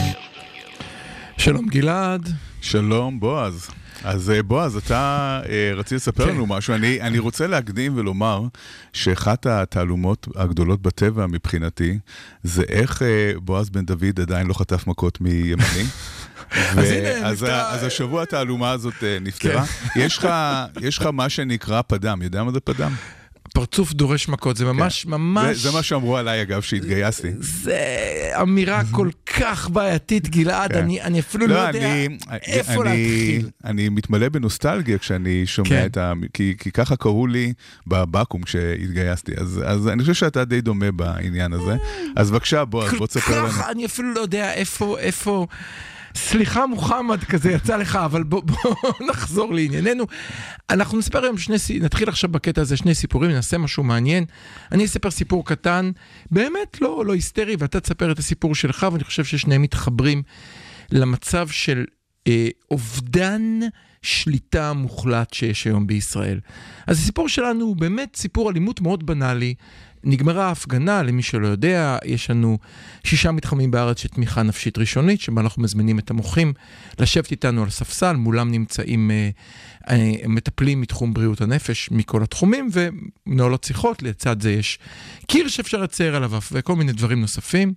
שלום גלעד. שלום בועז. אז בועז, אתה אה, רצית לספר כן. לנו משהו. אני, אני רוצה להקדים ולומר שאחת התעלומות הגדולות בטבע מבחינתי, זה איך אה, בועז בן דוד עדיין לא חטף מכות מימני. ו- אז, הנה, אז, ה- אז השבוע התעלומה הזאת אה, נפטרה. כן. יש לך, יש לך מה שנקרא פדם. יודע מה זה פדם? פרצוף דורש מכות, זה ממש, כן. ממש... זה, זה מה שאמרו עליי, אגב, שהתגייסתי. זה אמירה כל כך בעייתית, גלעד, כן. אני, אני אפילו לא, לא יודע אני, איפה אני, להתחיל. אני מתמלא בנוסטלגיה כשאני שומע כן. את ה... כי, כי ככה קראו לי בבקום כשהתגייסתי, אז, אז אני חושב שאתה די דומה בעניין הזה. אז בבקשה, בוא, בוא תספר לנו. אני אפילו לא יודע איפה... איפה... סליחה מוחמד כזה יצא לך, אבל בוא, בוא נחזור לענייננו. אנחנו נספר היום שני, נתחיל עכשיו בקטע הזה שני סיפורים, נעשה משהו מעניין. אני אספר סיפור קטן, באמת לא, לא היסטרי, ואתה תספר את הסיפור שלך, ואני חושב ששניהם מתחברים למצב של אה, אובדן שליטה מוחלט שיש היום בישראל. אז הסיפור שלנו הוא באמת סיפור אלימות מאוד בנאלי, נגמרה ההפגנה, למי שלא יודע, יש לנו שישה מתחמים בארץ של תמיכה נפשית ראשונית, שבה אנחנו מזמינים את המוחים לשבת איתנו על ספסל, מולם נמצאים אה, אה, מטפלים מתחום בריאות הנפש, מכל התחומים, ומנהלות שיחות, לצד זה יש קיר שאפשר לצייר עליו, וכל מיני דברים נוספים.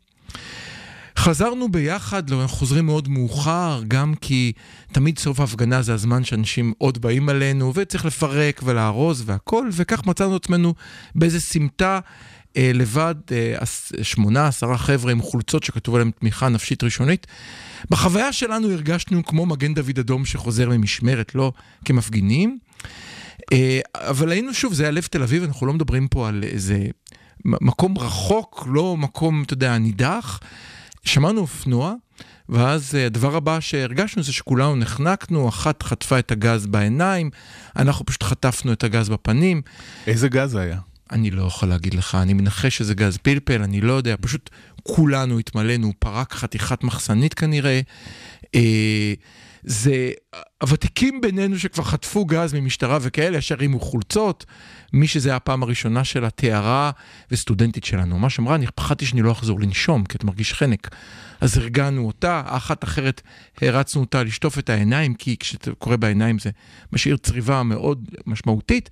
חזרנו ביחד, אנחנו חוזרים מאוד מאוחר, גם כי תמיד סוף ההפגנה זה הזמן שאנשים עוד באים עלינו, וצריך לפרק ולהרוז והכל, וכך מצאנו עצמנו באיזה סמטה אה, לבד, אה, שמונה, עשרה חבר'ה עם חולצות שכתוב עליהם תמיכה נפשית ראשונית. בחוויה שלנו הרגשנו כמו מגן דוד אדום שחוזר ממשמרת, לא כמפגינים. אה, אבל היינו שוב, זה היה לב תל אביב, אנחנו לא מדברים פה על איזה מקום רחוק, לא מקום, אתה יודע, נידח. שמענו אופנוע, ואז הדבר הבא שהרגשנו זה שכולנו נחנקנו, אחת חטפה את הגז בעיניים, אנחנו פשוט חטפנו את הגז בפנים. איזה גז היה? אני לא יכול להגיד לך, אני מנחש שזה גז פלפל, אני לא יודע, פשוט כולנו התמלאנו, פרק חתיכת מחסנית כנראה. אה, זה הוותיקים בינינו שכבר חטפו גז ממשטרה וכאלה, אשר רימו חולצות, מי שזה היה הפעם הראשונה של התיארה וסטודנטית שלנו. מה שאמרה, אני פחדתי שאני לא אחזור לנשום, כי אתה מרגיש חנק. אז הרגענו אותה, האחת אחרת הרצנו אותה לשטוף את העיניים, כי כשאתה קורא בעיניים זה משאיר צריבה מאוד משמעותית.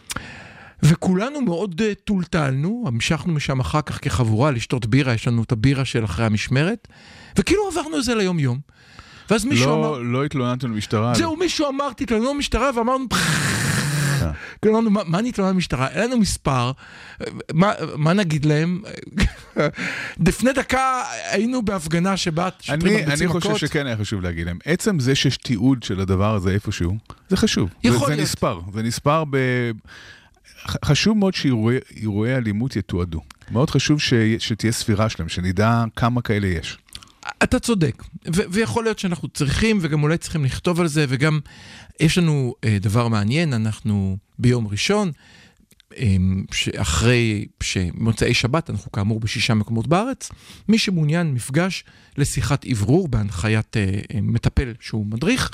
וכולנו מאוד טולטלנו, המשכנו משם אחר כך כחבורה לשתות בירה, יש לנו את הבירה של אחרי המשמרת, וכאילו עברנו את זה ליום יום. ואז מישהו לא, אמר... לא התלוננתם למשטרה. זהו, מישהו אמר, תתלוננו למשטרה, ואמרנו... אמרנו, מה נתלונן למשטרה? אין לנו מספר, מה, מה נגיד להם? לפני דקה היינו בהפגנה שבת שוטרים אני, אני חושב שכן היה חשוב להגיד להם. עצם זה שיש תיעוד של הדבר הזה איפשהו, זה חשוב. זה, זה נספר. זה נספר ב... חשוב מאוד שאירועי אלימות יתועדו. מאוד חשוב ש... שתהיה ספירה שלהם, שנדע כמה כאלה יש. אתה צודק, ו- ויכול להיות שאנחנו צריכים, וגם אולי צריכים לכתוב על זה, וגם יש לנו uh, דבר מעניין, אנחנו ביום ראשון, um, שאחרי שמוצאי שבת, אנחנו כאמור בשישה מקומות בארץ, מי שמעוניין מפגש לשיחת עברור, בהנחיית uh, מטפל שהוא מדריך,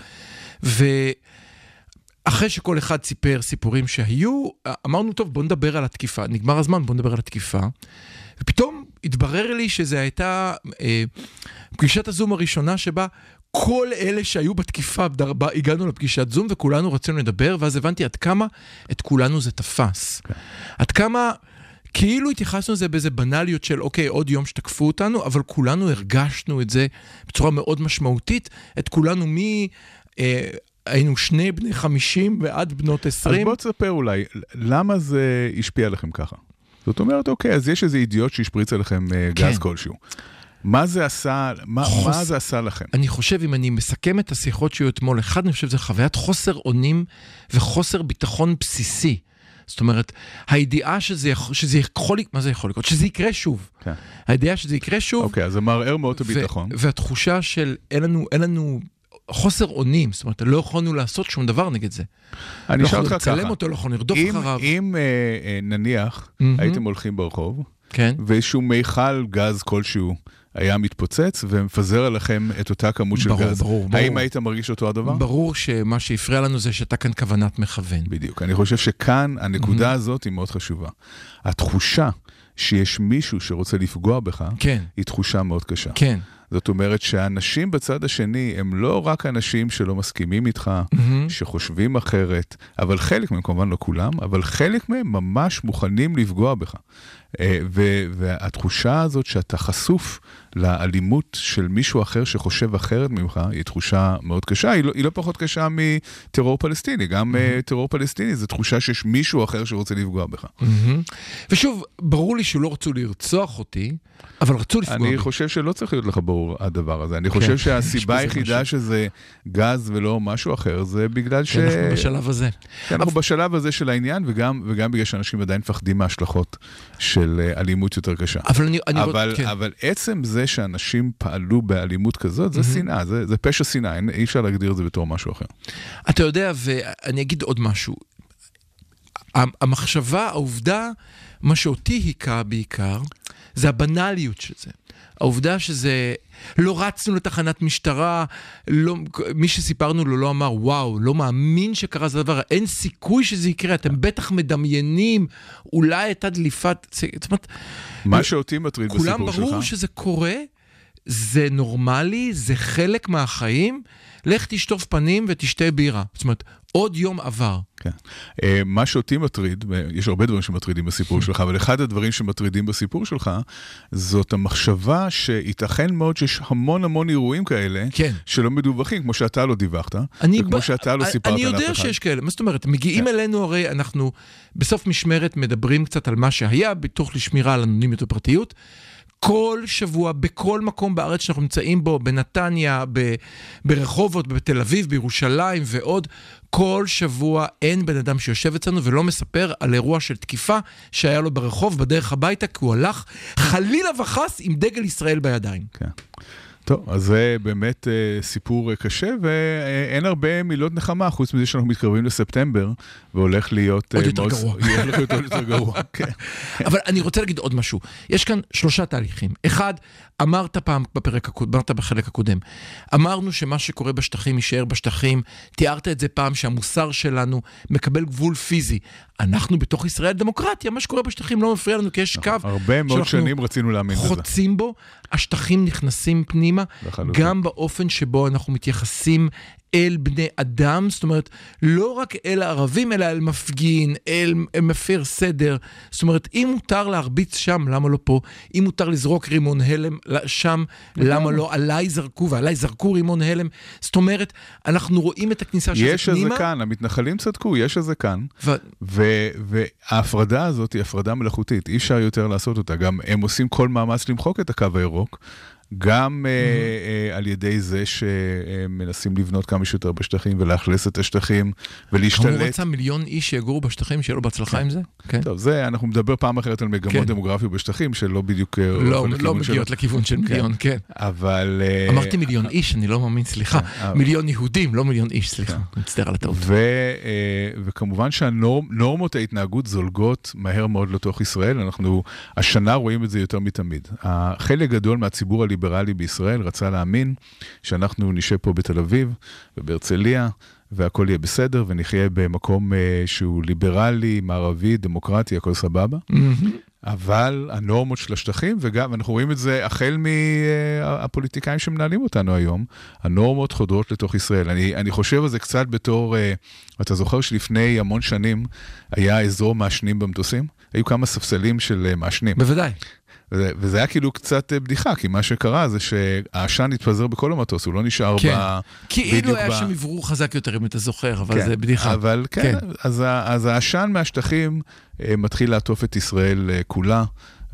ואחרי שכל אחד סיפר סיפורים שהיו, אמרנו, טוב, בוא נדבר על התקיפה, נגמר הזמן, בוא נדבר על התקיפה, ופתאום התברר לי שזה הייתה אה, פגישת הזום הראשונה שבה כל אלה שהיו בתקיפה, דרבה, הגענו לפגישת זום וכולנו רצינו לדבר, ואז הבנתי עד כמה את כולנו זה תפס. Okay. עד כמה כאילו התייחסנו לזה באיזה בנליות של אוקיי, עוד יום שתקפו אותנו, אבל כולנו הרגשנו את זה בצורה מאוד משמעותית, את כולנו מ... אה, היינו שני בני חמישים ועד בנות עשרים. אז בוא תספר אולי, למה זה השפיע לכם ככה? זאת אומרת, אוקיי, אז יש איזה אידיוט שהשפריץ עליכם כן. גז כלשהו. מה זה עשה, מה, חוס... מה זה עשה לכם? אני חושב, אם אני מסכם את השיחות שהיו אתמול, אחד, אני חושב, זה חוויית חוסר אונים וחוסר ביטחון בסיסי. זאת אומרת, הידיעה שזה, שזה יכול, מה זה יכול לקרות? שזה יקרה שוב. כן. הידיעה שזה יקרה שוב. אוקיי, אז זה מערער מאוד הביטחון. ו- והתחושה של אין לנו, אין לנו חוסר אונים, זאת אומרת, לא יכולנו לעשות שום דבר נגד זה. אני אשאל אותך ככה. לא יכולנו לצלם אותו, לא יכולנו לרדוף אחריו. אם נניח הייתם הולכים ברחוב, כן. ואיזשהו מיכל גז כלשהו היה מתפוצץ ומפזר עליכם את אותה כמות של גז. ברור, ברור. האם היית מרגיש אותו הדבר? ברור שמה שהפריע לנו זה שאתה כאן כוונת מכוון. בדיוק. אני חושב שכאן הנקודה הזאת היא מאוד חשובה. התחושה שיש מישהו שרוצה לפגוע בך, כן. היא תחושה מאוד קשה. כן. זאת אומרת שהאנשים בצד השני הם לא רק אנשים שלא מסכימים איתך, mm-hmm. שחושבים אחרת, אבל חלק מהם, כמובן לא כולם, אבל חלק מהם ממש מוכנים לפגוע בך. ו- והתחושה הזאת שאתה חשוף לאלימות של מישהו אחר שחושב אחרת ממך, היא תחושה מאוד קשה, היא לא, היא לא פחות קשה מטרור פלסטיני, גם mm-hmm. טרור פלסטיני זה תחושה שיש מישהו אחר שרוצה לפגוע בך. Mm-hmm. ושוב, ברור לי שלא רצו לרצוח אותי, אבל רצו לפגוע בי. אני חושב שלא צריך להיות לך ברור הדבר הזה, אני חושב שהסיבה היחידה שזה גז ולא משהו אחר, זה בגלל ש... אנחנו בשלב הזה. אנחנו בשלב הזה של העניין, וגם, וגם בגלל שאנשים עדיין מפחדים מההשלכות של אלימות יותר קשה. אבל, אני, אני אבל, רוצה, כן. אבל עצם זה שאנשים פעלו באלימות כזאת, זה שנאה, זה, זה פשע שנאה, אי אפשר להגדיר את זה בתור משהו אחר. אתה יודע, ואני אגיד עוד משהו, המחשבה, העובדה, מה שאותי היכה בעיקר, זה הבנליות של זה. העובדה שזה, לא רצנו לתחנת משטרה, לא, מי שסיפרנו לו לא אמר, וואו, לא מאמין שקרה זה דבר, אין סיכוי שזה יקרה, אתם בטח מדמיינים, אולי הייתה דליפת, זאת אומרת, מה שאותי מטריד בסיפור שלך. כולם ברור שזה קורה, זה נורמלי, זה חלק מהחיים, לך תשטוף פנים ותשתה בירה. זאת אומרת, עוד יום עבר. כן. מה שאותי מטריד, יש הרבה דברים שמטרידים בסיפור שלך, אבל אחד הדברים שמטרידים בסיפור שלך, זאת המחשבה שייתכן מאוד שיש המון המון אירועים כאלה, כן. שלא מדווחים, כמו שאתה לא דיווחת, וכמו שאתה לא סיפרת על אף אחד. אני יודע שיש כאלה, מה זאת אומרת, מגיעים אלינו, הרי אנחנו בסוף משמרת מדברים קצת על מה שהיה, בתוך לשמירה על אנונימיות ופרטיות, כל שבוע, בכל מקום בארץ שאנחנו נמצאים בו, בנתניה, ב- ברחובות, בתל אביב, בירושלים ועוד, כל שבוע אין בן אדם שיושב אצלנו ולא מספר על אירוע של תקיפה שהיה לו ברחוב בדרך הביתה, כי הוא הלך חלילה וחס עם דגל ישראל בידיים. כן. טוב, אז זה באמת אה, סיפור קשה, ואין הרבה מילות נחמה, חוץ מזה שאנחנו מתקרבים לספטמבר, והולך להיות... עוד יותר מאוד, גרוע. הולך להיות עוד יותר גרוע, כן. אבל אני רוצה להגיד עוד משהו. יש כאן שלושה תהליכים. אחד, אמרת פעם בפרק, אמרת בחלק הקודם, אמרנו שמה שקורה בשטחים יישאר בשטחים, תיארת את זה פעם שהמוסר שלנו מקבל גבול פיזי. אנחנו בתוך ישראל דמוקרטיה, מה שקורה בשטחים לא מפריע לנו, כי יש קו הרבה מאוד שנים רצינו להאמין בזה. חוצים בו, השטחים נכנסים פנימה, פנימה, לחלוטין. גם באופן שבו אנחנו מתייחסים אל בני אדם, זאת אומרת, לא רק אל הערבים, אלא אל מפגין, אל, אל מפר סדר. זאת אומרת, אם מותר להרביץ שם, למה לא פה? אם מותר לזרוק רימון הלם שם, למה לא? עליי זרקו, ועליי זרקו רימון הלם. זאת אומרת, אנחנו רואים את הכניסה של יש זה פנימה. איזה כאן, המתנחלים צדקו, יש איזה כאן. ו... ו- וההפרדה הזאת היא הפרדה מלאכותית, אי אפשר יותר לעשות אותה. גם הם עושים כל מאמץ למחוק את הקו הירוק, גם mm-hmm. uh, uh, על ידי זה שמנסים לבנות כמה שיותר בשטחים ולאכלס את השטחים ולהשתלט. כמה הוא רצה מיליון איש שיגורו בשטחים, שיהיה לו בהצלחה כן. עם זה? כן. טוב, זה, אנחנו מדבר פעם אחרת על מגמות כן. דמוגרפיות בשטחים, שלא בדיוק... לא, לא מגיעות של... לכיוון של מיליון, כן. כן. אבל... Uh, אמרתי מיליון איש, אני לא מאמין, סליחה. כן. מיליון יהודים, לא מיליון איש, סליחה. כן. מצטער על הטעות. ו, uh, וכמובן שהנורמות ההתנהגות זולגות מהר מאוד לתוך ישראל. אנחנו השנה רואים את זה יותר מתמיד. החלק גדול מהציבור הליברלי בישראל רצה להאמין שאנחנו נשב פה בתל אביב ובהרצליה, והכל יהיה בסדר, ונחיה במקום uh, שהוא ליברלי, מערבי, דמוקרטי, הכל סבבה. Mm-hmm. אבל הנורמות של השטחים, וגם אנחנו רואים את זה החל מהפוליטיקאים שמנהלים אותנו היום, הנורמות חודרות לתוך ישראל. אני, אני חושב על זה קצת בתור, uh, אתה זוכר שלפני המון שנים היה אזור מעשנים במטוסים? היו כמה ספסלים של uh, מעשנים. בוודאי. וזה, וזה היה כאילו קצת בדיחה, כי מה שקרה זה שהעשן התפזר בכל המטוס, הוא לא נשאר כן. ב... כאילו היה ב... שם עברו חזק יותר, אם אתה זוכר, אבל כן. זה בדיחה. אבל כן, כן. אז, אז העשן מהשטחים אה, מתחיל לעטוף את ישראל אה, כולה,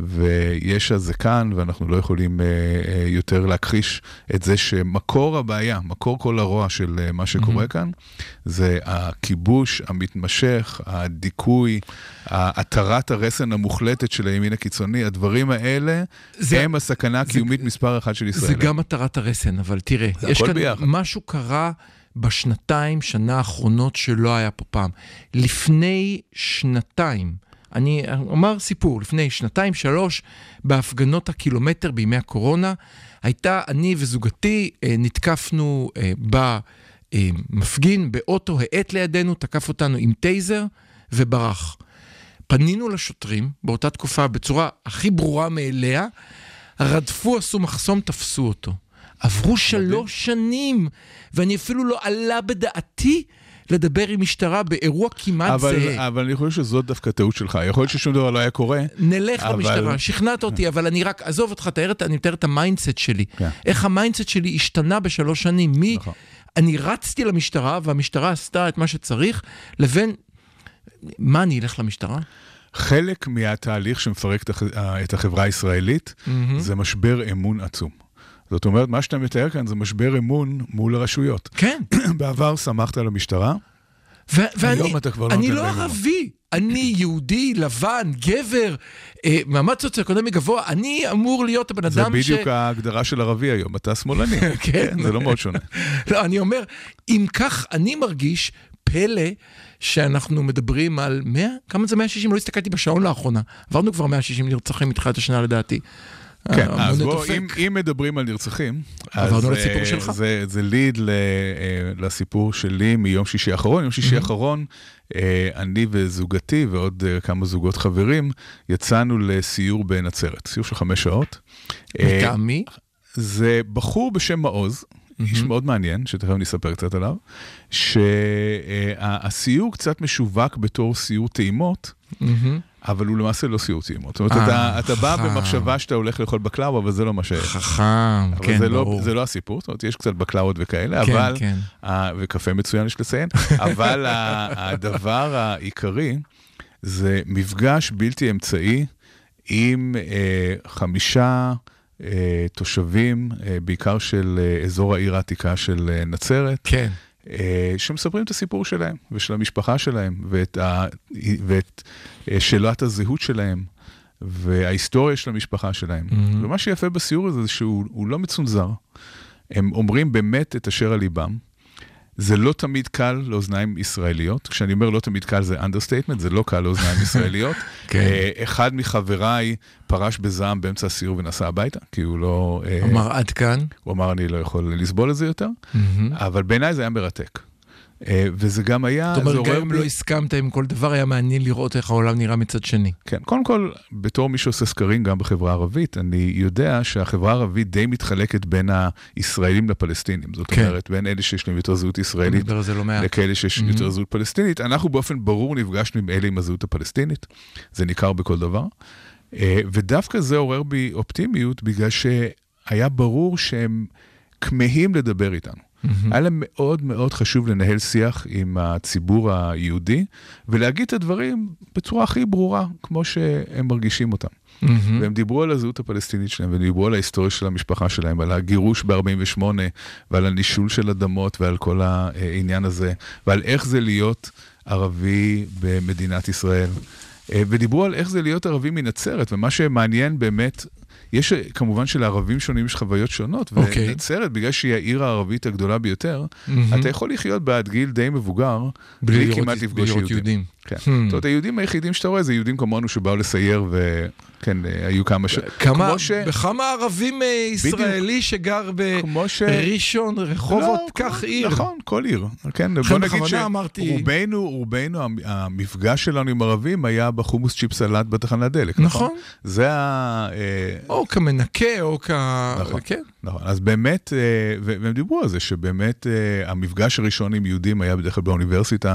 ויש אז זה כאן, ואנחנו לא יכולים אה, אה, יותר להכחיש את זה שמקור הבעיה, מקור כל הרוע של אה, מה שקורה mm-hmm. כאן, זה הכיבוש המתמשך, הדיכוי, התרת הרסן המוחלטת של הימין הקיצוני, הדברים האלה זה, הם הסכנה הקיומית מספר אחת של ישראל. זה גם התרת הרסן, אבל תראה, יש כאן ביחד. משהו קרה בשנתיים, שנה האחרונות שלא היה פה פעם. לפני שנתיים, אני אומר סיפור, לפני שנתיים, שלוש, בהפגנות הקילומטר בימי הקורונה, הייתה אני וזוגתי, נתקפנו במפגין, באוטו, העט לידינו, תקף אותנו עם טייזר וברח. פנינו לשוטרים באותה תקופה בצורה הכי ברורה מאליה, רדפו, עשו מחסום, תפסו אותו. עברו שלוש שנים, ואני אפילו לא עלה בדעתי לדבר עם משטרה באירוע כמעט אבל, זה. אבל אני חושב שזאת דווקא טעות שלך. יכול להיות ששום דבר לא היה קורה. נלך אבל... למשטרה, שכנעת אותי, אבל אני רק, עזוב אותך, תאר, אני מתאר את המיינדסט שלי. כן. איך המיינדסט שלי השתנה בשלוש שנים. מי, נכון. אני רצתי למשטרה, והמשטרה עשתה את מה שצריך, לבין, מה אני אלך למשטרה? חלק מהתהליך שמפרק את החברה הישראלית, mm-hmm. זה משבר אמון עצום. זאת אומרת, מה שאתה מתאר כאן זה משבר אמון מול הרשויות. כן. בעבר שמחת על המשטרה, ו- ואני, היום אתה כבר לא אני נותן לא להם ערבי, אני יהודי, לבן, גבר, אה, מעמד סוציו-אקונומי גבוה, אני אמור להיות הבן זה אדם ש... זה בדיוק ההגדרה של ערבי היום, אתה שמאלני. כן. זה לא מאוד שונה. לא, אני אומר, אם כך אני מרגיש פלא שאנחנו מדברים על מאה, כמה זה מאה ושישים? לא הסתכלתי בשעון לאחרונה. עברנו כבר מאה ושישים נרצחים מתחילת השנה לדעתי. כן, אז בוא, אם, אם מדברים על נרצחים, אז שלך. זה, זה ליד ל, לסיפור שלי מיום שישי האחרון. יום שישי האחרון, אני וזוגתי ועוד כמה זוגות חברים, יצאנו לסיור בנצרת, סיור של חמש שעות. מטעמי? זה בחור בשם מעוז, איש מאוד מעניין, שתכף נספר קצת עליו, שהסיור קצת משווק בתור סיור טעימות, אבל הוא למעשה לא סיור טעימות. זאת אומרת, אתה, אתה בא במחשבה שאתה הולך לאכול בקלאו, אבל זה לא מה ש... חכם, כן, זה ברור. לא, זה לא הסיפור, זאת אומרת, יש קצת בקלאות וכאלה, כן, אבל... כן. וקפה מצוין יש לציין, אבל הדבר העיקרי, זה מפגש בלתי אמצעי עם אה, חמישה אה, תושבים, אה, בעיקר של אה, אזור העיר העתיקה של אה, נצרת, כן. אה, שמספרים את הסיפור שלהם, ושל המשפחה שלהם, ואת, ה, ואת אה, שאלת הזהות שלהם, וההיסטוריה של המשפחה שלהם. Mm-hmm. ומה שיפה בסיור הזה, זה שהוא לא מצונזר. הם אומרים באמת את אשר על ליבם. זה לא תמיד קל לאוזניים ישראליות. כשאני אומר לא תמיד קל, זה understatement, זה לא קל לאוזניים ישראליות. כן. אחד מחבריי פרש בזעם באמצע הסיור ונסע הביתה, כי הוא לא... אמר עד כאן. הוא אמר, אני לא יכול לסבול את זה יותר. אבל בעיניי זה היה מרתק. וזה גם היה... זאת אומרת, גם אם לא הסכמת עם כל דבר, היה מעניין לראות איך העולם נראה מצד שני. כן, קודם כל, בתור מי שעושה סקרים גם בחברה הערבית, אני יודע שהחברה הערבית די מתחלקת בין הישראלים לפלסטינים. זאת אומרת, בין אלה שיש להם יותר זהות ישראלית, לכאלה שיש יותר זהות פלסטינית. אנחנו באופן ברור נפגשנו עם אלה עם הזהות הפלסטינית. זה ניכר בכל דבר. ודווקא זה עורר בי אופטימיות, בגלל שהיה ברור שהם כמהים לדבר איתנו. היה להם מאוד מאוד חשוב לנהל שיח עם הציבור היהודי, ולהגיד את הדברים בצורה הכי ברורה, כמו שהם מרגישים אותם. והם דיברו על הזהות הפלסטינית שלהם, ודיברו על ההיסטוריה של המשפחה שלהם, על הגירוש ב-ארבעים ושמונה, ועל הנישול של אדמות, ועל כל העניין הזה, ועל איך זה להיות ערבי במדינת ישראל. ודיברו על איך זה להיות ערבי מנצרת, ומה שמעניין באמת, יש כמובן שלערבים שונים יש חוויות שונות, ונצרת, בגלל שהיא העיר הערבית הגדולה ביותר, אתה יכול לחיות בעד גיל די מבוגר, בלי כמעט לפגוש יהודים. זאת אומרת, היהודים היחידים שאתה רואה, זה יהודים כמונו שבאו לסייר, וכן, היו כמה ש... בכמה ערבים ישראלי שגר בראשון, רחובות, כך עיר. נכון, כל עיר. בוא נגיד שרובנו, רובנו, המפגש שלנו עם ערבים היה בחומוס צ'יפ סלט בתחנת דלק. נכון. זה ה... או כמנקה, או כ... כן. נכון, אז באמת, והם דיברו על זה, שבאמת המפגש הראשון עם יהודים היה בדרך כלל באוניברסיטה,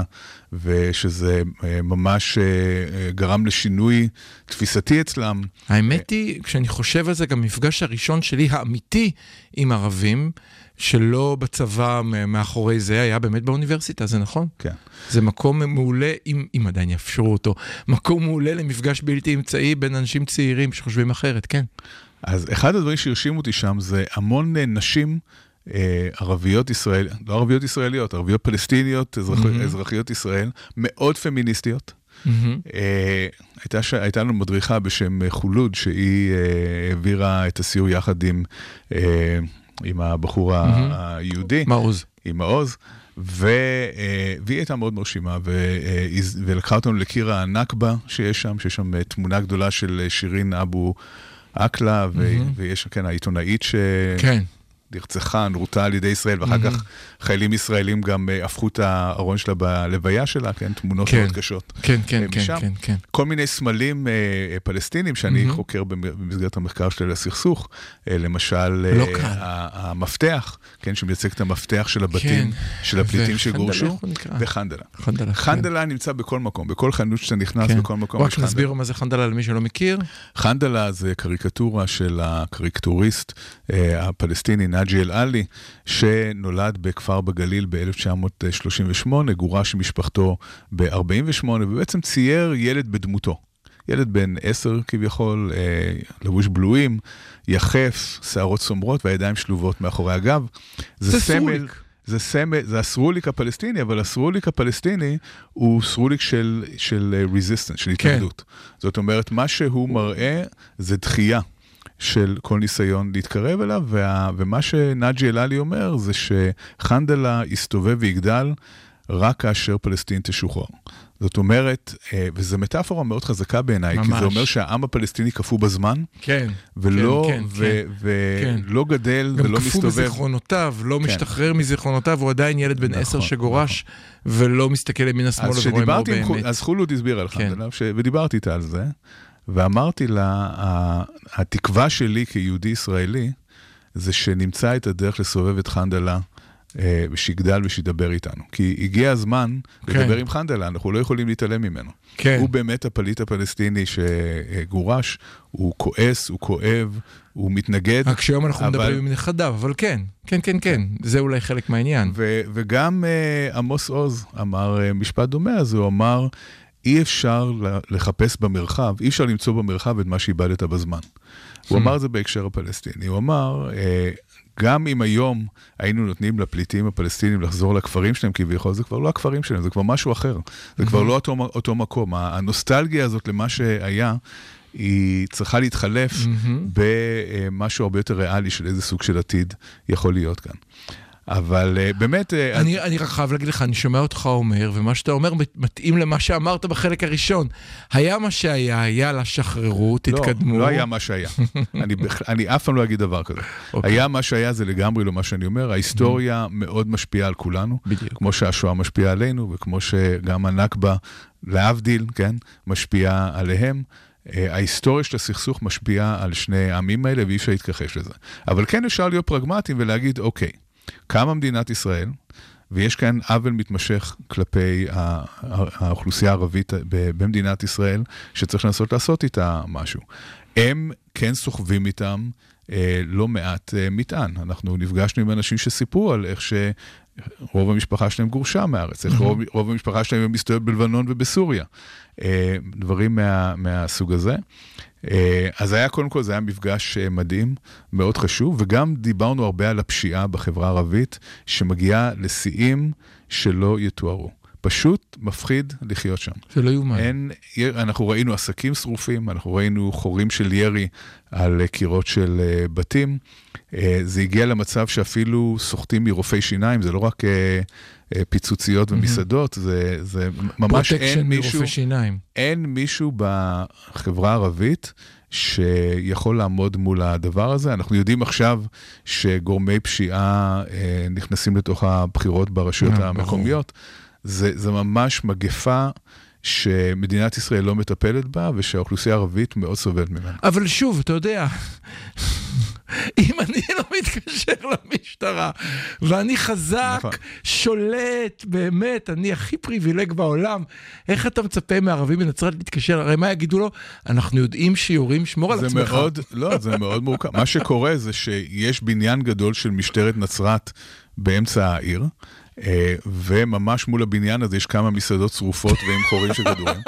ושזה ממש גרם לשינוי תפיסתי אצלם. האמת היא, כשאני חושב על זה, גם המפגש הראשון שלי, האמיתי עם ערבים, שלא בצבא מאחורי זה, היה באמת באוניברסיטה, זה נכון? כן. זה מקום מעולה, אם, אם עדיין יאפשרו אותו, מקום מעולה למפגש בלתי אמצעי בין אנשים צעירים שחושבים אחרת, כן. אז אחד הדברים שהרשימו אותי שם, זה המון נשים ערביות ישראל, לא ערביות ישראליות, ערביות פלסטיניות, אזרחיות ישראל, מאוד פמיניסטיות. הייתה לנו מדריכה בשם חולוד, שהיא העבירה את הסיור יחד עם עם הבחור היהודי. מעוז. עם מעוז. והיא הייתה מאוד מרשימה, ולקחה אותנו לקיר הנכבה שיש שם, שיש שם תמונה גדולה של שירין אבו אקלה, ויש כן העיתונאית ש... כן. נרצחה, נורתה על ידי ישראל, ואחר כך חיילים ישראלים גם הפכו את הארון שלה בלוויה שלה, כן, תמונות מאוד קשות. כן, כן, כן, כן. כל מיני סמלים פלסטינים שאני חוקר במסגרת המחקר שלי לסכסוך, למשל המפתח, כן, שמייצג את המפתח של הבתים, של הפליטים שגורשו, וחנדלה. חנדלה נמצא בכל מקום, בכל חנות שאתה נכנס, בכל מקום. רק נסביר מה זה חנדלה למי שלא מכיר. חנדלה זה קריקטורה של הקריקטוריסט הפלסטיני, נאג'י אל-עלי, שנולד בכפר בגליל ב-אלף תשע מאות שלושים ושמונה, גורש משפחתו ב-ארבעים ושמונה, ובעצם צייר ילד בדמותו. ילד בן עשר כביכול, אה, לבוש בלויים, יחף, שערות סומרות והידיים שלובות מאחורי הגב. זה, זה סמל, סרוליק. זה סמל, זה הסרוליק הפלסטיני, אבל הסרוליק הפלסטיני הוא סרוליק של, של resistance, של התנגדות. כן. זאת אומרת, מה שהוא מראה זה דחייה. של כל ניסיון להתקרב אליו, וה, ומה שנאג'י אל-עלי אומר זה שחנדלה יסתובב ויגדל רק כאשר פלסטין תשוחרר. זאת אומרת, וזו מטאפורה מאוד חזקה בעיניי, ממש. כי זה אומר שהעם הפלסטיני כפו בזמן, כן, ולא, כן, ו, כן, ולא כן. גדל ולא מסתובב. גם כפו בזיכרונותיו, לא כן. משתחרר מזיכרונותיו, הוא עדיין ילד בן נכון, עשר שגורש, נכון. ולא מסתכל למין השמאל ורואה מה הוא באמת. אז חולוד הסביר על חנדלה, כן. ודיברתי איתה על זה, ואמרתי לה, התקווה שלי כיהודי ישראלי, זה שנמצא את הדרך לסובב את חנדלה, ושיגדל ושידבר איתנו. כי הגיע הזמן כן. לדבר עם חנדלה, אנחנו לא יכולים להתעלם ממנו. כן. הוא באמת הפליט הפלסטיני שגורש, הוא כועס, הוא כואב, הוא מתנגד. רק שהיום אנחנו אבל... מדברים עם נכדיו, אבל כן, כן, כן, כן. זה אולי חלק מהעניין. ו- וגם uh, עמוס עוז אמר uh, משפט דומה, אז הוא אמר, אי אפשר לחפש במרחב, אי אפשר למצוא במרחב את מה שאיבדת בזמן. הוא אמר זה בהקשר הפלסטיני. הוא אמר, גם אם היום היינו נותנים לפליטים הפלסטינים לחזור לכפרים שלהם, כביכול, זה כבר לא הכפרים שלהם, זה כבר משהו אחר. זה כבר לא אותו, אותו מקום. הנוסטלגיה הזאת למה שהיה, היא צריכה להתחלף במשהו הרבה יותר ריאלי של איזה סוג של עתיד יכול להיות כאן. אבל uh, באמת... Uh, אני, אני רק חייב להגיד לך, אני שומע אותך אומר, ומה שאתה אומר מתאים למה שאמרת בחלק הראשון. היה מה שהיה, יאללה, שחררו, תתקדמו. לא, לא היה מה שהיה. אני, אני אף פעם לא אגיד דבר כזה. Okay. היה מה שהיה, זה לגמרי לא מה שאני אומר. ההיסטוריה מאוד משפיעה על כולנו. בדיוק. כמו שהשואה משפיעה עלינו, וכמו שגם הנכבה, להבדיל, כן, משפיעה עליהם. ההיסטוריה של הסכסוך משפיעה על שני העמים האלה, ואי אפשר להתכחש לזה. אבל כן אפשר להיות פרגמטיים ולהגיד, אוקיי, קמה מדינת ישראל, ויש כאן עוול מתמשך כלפי האוכלוסייה הערבית במדינת ישראל, שצריך לנסות לעשות איתה משהו. הם כן סוחבים איתם לא מעט מטען. אנחנו נפגשנו עם אנשים שסיפרו על איך שרוב המשפחה שלהם גורשה מארץ, איך רוב, רוב המשפחה שלהם מסתובב בלבנון ובסוריה. דברים מה, מהסוג הזה. אז היה קודם כל, זה היה מפגש מדהים, מאוד חשוב, וגם דיברנו הרבה על הפשיעה בחברה הערבית, שמגיעה לשיאים שלא יתוארו. פשוט מפחיד לחיות שם. זה לא יומן. אין, אנחנו ראינו עסקים שרופים, אנחנו ראינו חורים של ירי על קירות של בתים. זה הגיע למצב שאפילו סוחטים מרופאי שיניים, זה לא רק פיצוציות ומסעדות, זה, זה ממש אין מישהו, אין מישהו בחברה הערבית שיכול לעמוד מול הדבר הזה. אנחנו יודעים עכשיו שגורמי פשיעה נכנסים לתוך הבחירות ברשויות המקומיות. זה, זה ממש מגפה שמדינת ישראל לא מטפלת בה, ושהאוכלוסייה הערבית מאוד סובלת ממנה. אבל שוב, אתה יודע, אם אני לא מתקשר למשטרה, ואני חזק, נכון. שולט, באמת, אני הכי פריבילג בעולם, איך אתה מצפה מערבים בנצרת להתקשר? הרי מה יגידו לו? אנחנו יודעים שיורים, שמור על עצמך. מאוד, לא, זה מאוד מורכב. מה שקורה זה שיש בניין גדול של משטרת נצרת באמצע העיר, וממש מול הבניין הזה יש כמה מסעדות שרופות ועם חורים שגדולים.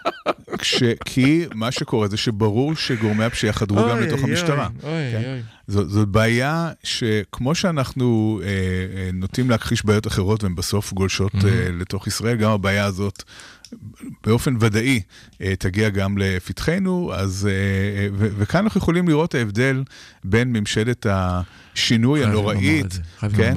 כי מה שקורה זה שברור שגורמי הפשיעה חדרו גם לתוך המשטרה. זאת בעיה שכמו שאנחנו נוטים להכחיש בעיות אחרות והן בסוף גולשות לתוך ישראל, גם הבעיה הזאת באופן ודאי תגיע גם לפתחנו, אז, ו- וכאן אנחנו יכולים לראות ההבדל בין ממשלת השינוי הנוראית, כן?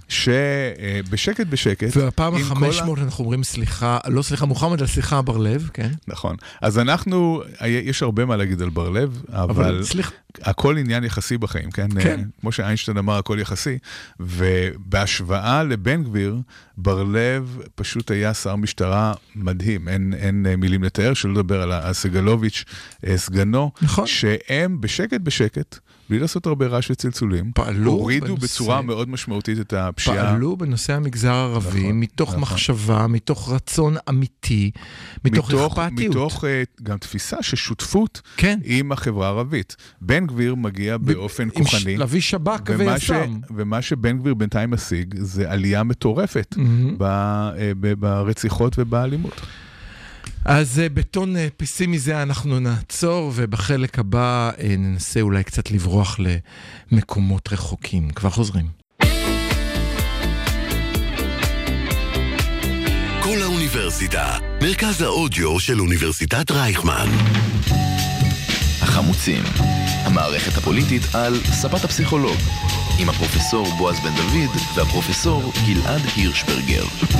שבשקט בשקט, והפעם ה-חמש מאות אנחנו אומרים סליחה, לא סליחה מוחמד, אלא סליחה בר לב, כן? נכון. אז אנחנו, יש הרבה מה להגיד על בר לב, אבל, אבל סליח... הכל עניין יחסי בחיים, כן? כן. כמו שאיינשטיין אמר, הכל יחסי, ובהשוואה לבן גביר, בר לב פשוט היה שר משטרה מדהים, אין, אין מילים לתאר, שלא לדבר על הסגלוביץ' סגנו, נכון. שהם בשקט בשקט, בלי לעשות הרבה רעש וצלצולים, הורידו בנושא, בצורה מאוד משמעותית את הפשיעה. פעלו בנושא המגזר הערבי, נכון, מתוך נכון. מחשבה, מתוך רצון אמיתי, מתוך, מתוך אכפתיות. מתוך uh, גם תפיסה ששותפות כן. עם החברה הערבית. בן גביר מגיע ב- באופן כוחני. להביא שבק ומה ויסם. ש, ומה שבן גביר בינתיים משיג, זה עלייה מטורפת mm-hmm. ב, ב, ברציחות ובאלימות. אז בטון פסימי זה אנחנו נעצור, ובחלק הבא ננסה אולי קצת לברוח למקומות רחוקים. כבר חוזרים. כל האוניברסיטה, מרכז האודיו של אוניברסיטת רייכמן. החמוצים, המערכת הפוליטית על ספת הפסיכולוג, עם הפרופסור בועז בן דוד והפרופסור גלעד הירשברגר.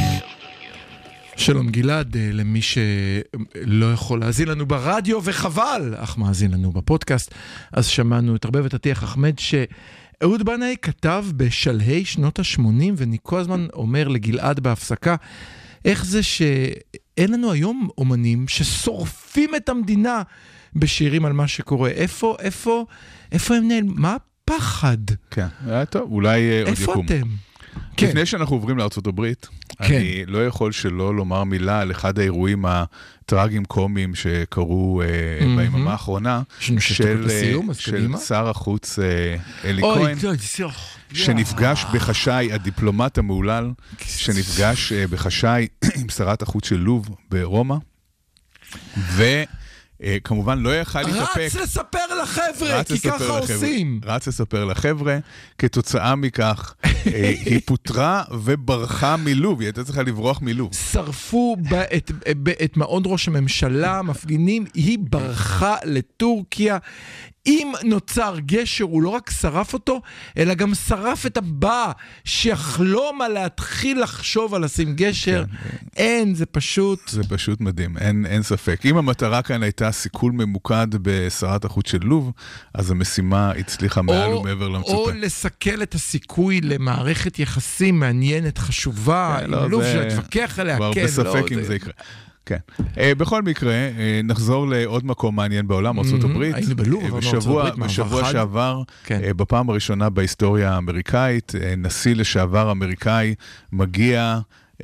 שלום גלעד, למי שלא יכול להזין לנו ברדיו וחבל, אך מאזין לנו בפודקאסט, אז שמענו את הרבה ותתיח אחמד שאהוד בנאי כתב בשלהי שנות ה-שמונים, ואני כל הזמן אומר לגלעד בהפסקה, איך זה שאין לנו היום אומנים ששורפים את המדינה בשירים על מה שקורה. איפה, איפה, איפה הם נעלם? מה הפחד? כן, טוב, אולי עוד יקום. איפה אתם? כן. לפני שאנחנו עוברים לארצות הברית, כן. אני לא יכול שלא לומר מילה על אחד האירועים הטרגיים קומיים שקרו mm-hmm. ביממה האחרונה, של, הסיום, של שר החוץ אלי כהן, שנפגש בחשאי, הדיפלומט המעולל, שנפגש בחשאי עם שרת החוץ של לוב ברומא, ו... כמובן לא יכל להתאפק. רץ לספר לחבר'ה, כי ככה עושים. רץ לספר לחבר'ה, כתוצאה מכך היא פוטרה וברחה מלוב, היא הייתה צריכה לברוח מלוב. שרפו ב- את, ב- את מעון ראש הממשלה, מפגינים, היא ברחה לטורקיה. אם נוצר גשר, הוא לא רק שרף אותו, אלא גם שרף את הבא, שיחלום על להתחיל לחשוב על לשים גשר. אין, זה פשוט... זה פשוט מדהים, אין, אין ספק. אם המטרה כאן הייתה סיכול ממוקד בשרת החוץ של לוב, אז המשימה הצליחה מעל ומעבר למצופה. או לסכל את הסיכוי למערכת יחסים מעניינת, חשובה, עם לוב שתפקח עליה, כן, לא... כבר בספק אם זה יקרה. כן. בכל מקרה, נחזור לעוד מקום מעניין בעולם, ארצות הברית. היינו בלוב, אבל ארצות הברית, בשבוע שעבר, בפעם הראשונה בהיסטוריה האמריקאית, נשיא לשעבר אמריקאי מגיע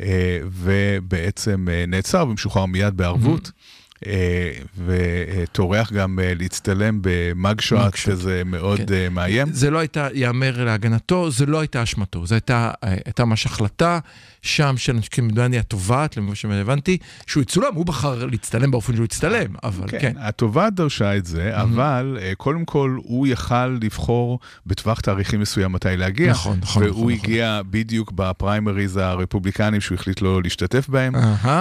ובעצם נעצר ומשוחרר מיד בערבות. ותורח גם להצטלם במגשוט, שזה מאוד מאיים. זה לא הייתה, יאמר להגנתו, זה לא הייתה אשמתו, זה הייתה ממש החלטה שם של כמדעני התובעת, למה שהבנתי, שהוא יצולם, הוא בחר להצטלם באופן שהוא יצטלם, אבל כן. התובעת דרשה את זה, אבל קודם כל הוא יכל לבחור בטווח תאריכים מסוים מתי להגיע, נכון, נכון. והוא הגיע בדיוק בפריימריז הרפובליקנים שהוא החליט לו להשתתף בהם,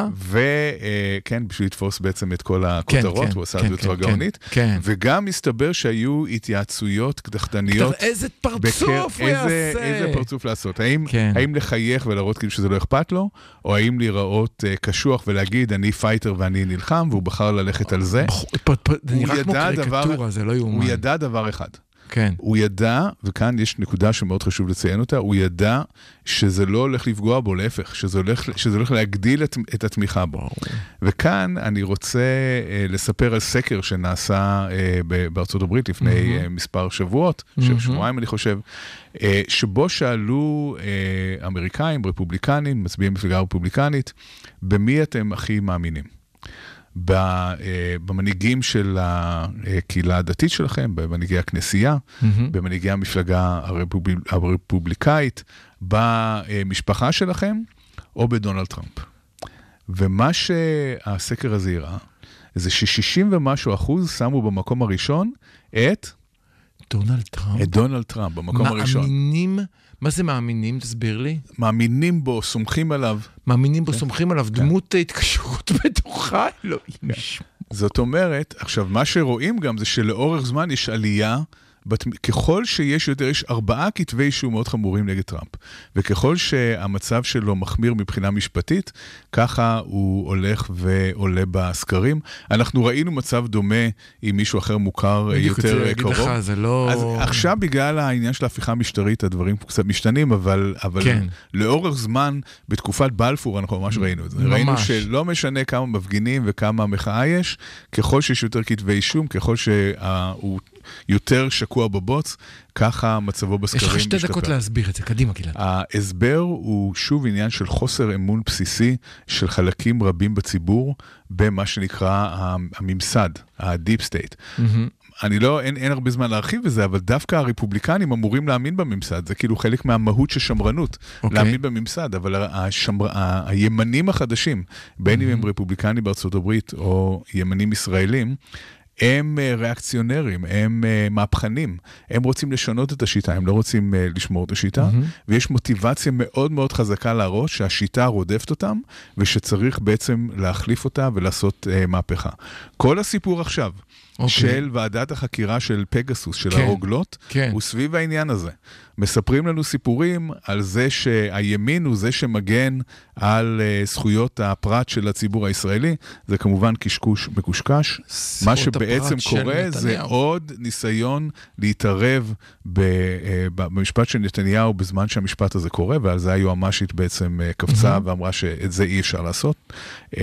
וכן, בשביל לתפוס בעצם את כל הכותרות, הוא עשה את זה בצורה גאונית, וגם מסתבר שהיו התייעצויות קדחתניות. איזה פרצוף הוא יעשה? איזה פרצוף לעשות? האם לחייך ולהראות כאילו שזה לא אכפת לו, או האם להיראות קשוח ולהגיד, אני פייטר ואני נלחם, והוא בחר ללכת על זה. זה נראה כמו קריקטורה, זה לא יאומן. הוא ידע דבר אחד. כן. הוא ידע, וכאן יש נקודה שמאוד חשוב לציין אותה, הוא ידע שזה לא הולך לפגוע בו, להפך, שזה הולך, שזה הולך להגדיל את, את התמיכה בו. וכאן אני רוצה אה, לספר על סקר שנעשה אה, בארצות הברית לפני אה, מספר שבועות, mm-hmm. שבועיים אני חושב, אה, שבו שאלו אה, אמריקאים, רפובליקנים, מצביעים מפלגה רפובליקנית, במי אתם הכי מאמינים? במנהיגים של הקהילה הדתית שלכם, במנהיגי הכנסייה, במנהיגי המפלגה הרפובליקאית, במשפחה שלכם, או בדונלד טראמפ. ומה שהסקר הזה יראה, זה ש-שישים ומשהו אחוז שמו במקום הראשון את... דונלד טראמפ? את דונלד טראמפ, במקום הראשון. מאמינים... מה זה מאמינים? תסביר לי. מאמינים בו, סומכים עליו. מאמינים בו, סומכים עליו. דמות התקשרות בתוכה, לא איש. זאת אומרת, עכשיו, מה שרואים גם זה שלאורך זמן יש עלייה, ככל שיש יותר, יש ארבעה כתבי אישום מאוד חמורים נגד טראמפ, וככל שהמצב שלו מחמיר מבחינה משפטית, ככה הוא הולך ועולה בסקרים. אנחנו ראינו מצב דומה עם מישהו אחר מוכר יותר קרוב. לך, זה לא... אז עכשיו בגלל העניין של ההפיכה המשטרית, הדברים קצת משתנים, אבל, אבל כן. לאורך זמן, בתקופת בלפור, אנחנו ממש ראינו את זה. ממש. ראינו שלא משנה כמה מפגינים וכמה מחאה יש, ככל שיש יותר כתבי אישום, ככל שהוא יותר שקוע בבוץ, ככה מצבו בסקרים משתפר. יש לך שתי דקות להסביר את זה, קדימה גלעד. ההסבר הוא שוב עניין של חוסר אמון בסיסי של חלקים רבים בציבור, במה שנקרא הממסד, הדיפ סטייט. אני לא, אין, אין הרבה זמן להרחיב בזה, אבל דווקא הרפובליקנים אמורים להאמין בממסד, זה כאילו חלק מהמהות של שמרנות, okay. להאמין בממסד, אבל השמר, ה, הימנים החדשים, בין אם הם רפובליקנים בארצות הברית, או ימנים ישראלים, הם ריאקציונרים, הם מהפכנים, הם רוצים לשנות את השיטה, הם לא רוצים לשמור את השיטה, mm-hmm. ויש מוטיבציה מאוד מאוד חזקה להראות שהשיטה רודפת אותם, ושצריך בעצם להחליף אותה ולעשות uh, מהפכה. כל הסיפור עכשיו, okay. של ועדת החקירה של פגסוס, של כן. הרוגלות, כן. הוא סביב העניין הזה. מספרים לנו סיפורים על זה שהימין הוא זה שמגן על uh, זכויות הפרט של הציבור הישראלי, זה כמובן קשקוש מקושקש. מה שבעצם קורה זה עוד ניסיון להתערב ב, uh, במשפט של נתניהו בזמן שהמשפט הזה קורה, ועל זה היועמ"שית בעצם uh, קפצה mm-hmm. ואמרה שאת זה אי אפשר לעשות. Uh,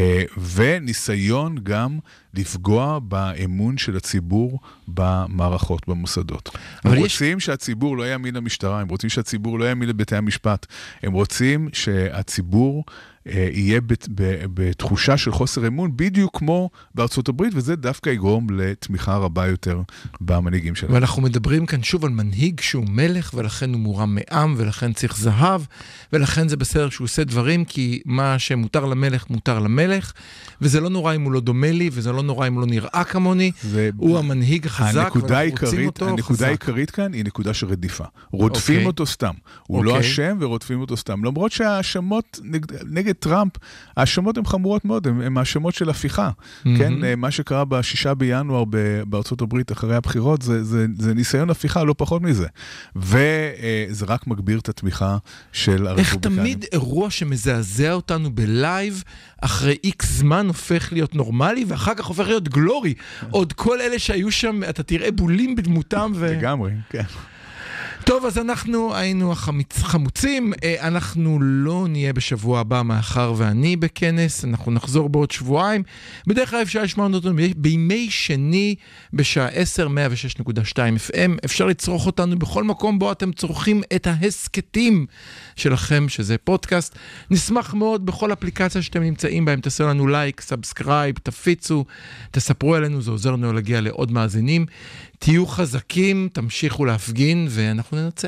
וניסיון גם לפגוע באמון של הציבור במערכות, במוסדות. הם יש... רוצים שהציבור לא יאמין למשטרה, הם רוצים שהציבור לא יאמין לבתי המשפט, הם רוצים שהציבור יהיה בתחושה של חוסר אמון, בדיוק כמו בארצות הברית, וזה דווקא יגרום לתמיכה רבה יותר במנהיגים שלנו. ואנחנו מדברים כאן שוב על מנהיג שהוא מלך, ולכן הוא מורם מעם, ולכן צריך זהב, ולכן זה בסדר שהוא עושה דברים, כי מה שמותר למלך, מותר למלך, וזה לא נורא אם הוא לא דומה לי, וזה לא נורא אם הוא לא נראה כמוני, זה... הוא המנהיג החזק, ואנחנו רוצים אותו חזק. הנקודה העיקרית כאן היא נקודה של רדיפה. רודפים okay. אותו סתם. הוא okay. לא אשם ורודפים אותו סתם. למרות שהאשמות נגד, נגד טראמפ, האשמות הן חמורות מאוד, הן האשמות של הפיכה. Mm-hmm. כן, מה שקרה בשישה בינואר בארצות הברית אחרי הבחירות, זה, זה, זה ניסיון הפיכה, לא פחות מזה. וזה רק מגביר את התמיכה של הרפובליקנים. איך תמיד אירוע שמזעזע אותנו בלייב, אחרי איקס זמן הופך להיות נורמלי, ואחר כך הופך להיות גלורי. עוד כל אלה שהיו שם, אתה תראה בולים בדמותם. ו... לגמרי, כן. טוב, אז אנחנו היינו החמוצים, אנחנו לא נהיה בשבוע הבא מאחר ואני בכנס, אנחנו נחזור בעוד שבועיים. בדרך כלל אפשר לשמוע אותנו בימי שני בשעה עשר, מאה ושש נקודה שתיים אף אם. אפשר לצרוך אותנו בכל מקום בו אתם צורכים את ההסקטים שלכם, שזה פודקאסט. נשמח מאוד בכל אפליקציה שאתם נמצאים בהם, תעשו לנו לייק, סאבסקרייב, תפיצו, תספרו עלינו, זה עוזר לנו להגיע לעוד מאזינים. תהיו חזקים, תמשיכו להפגין, ואנחנו ננצח.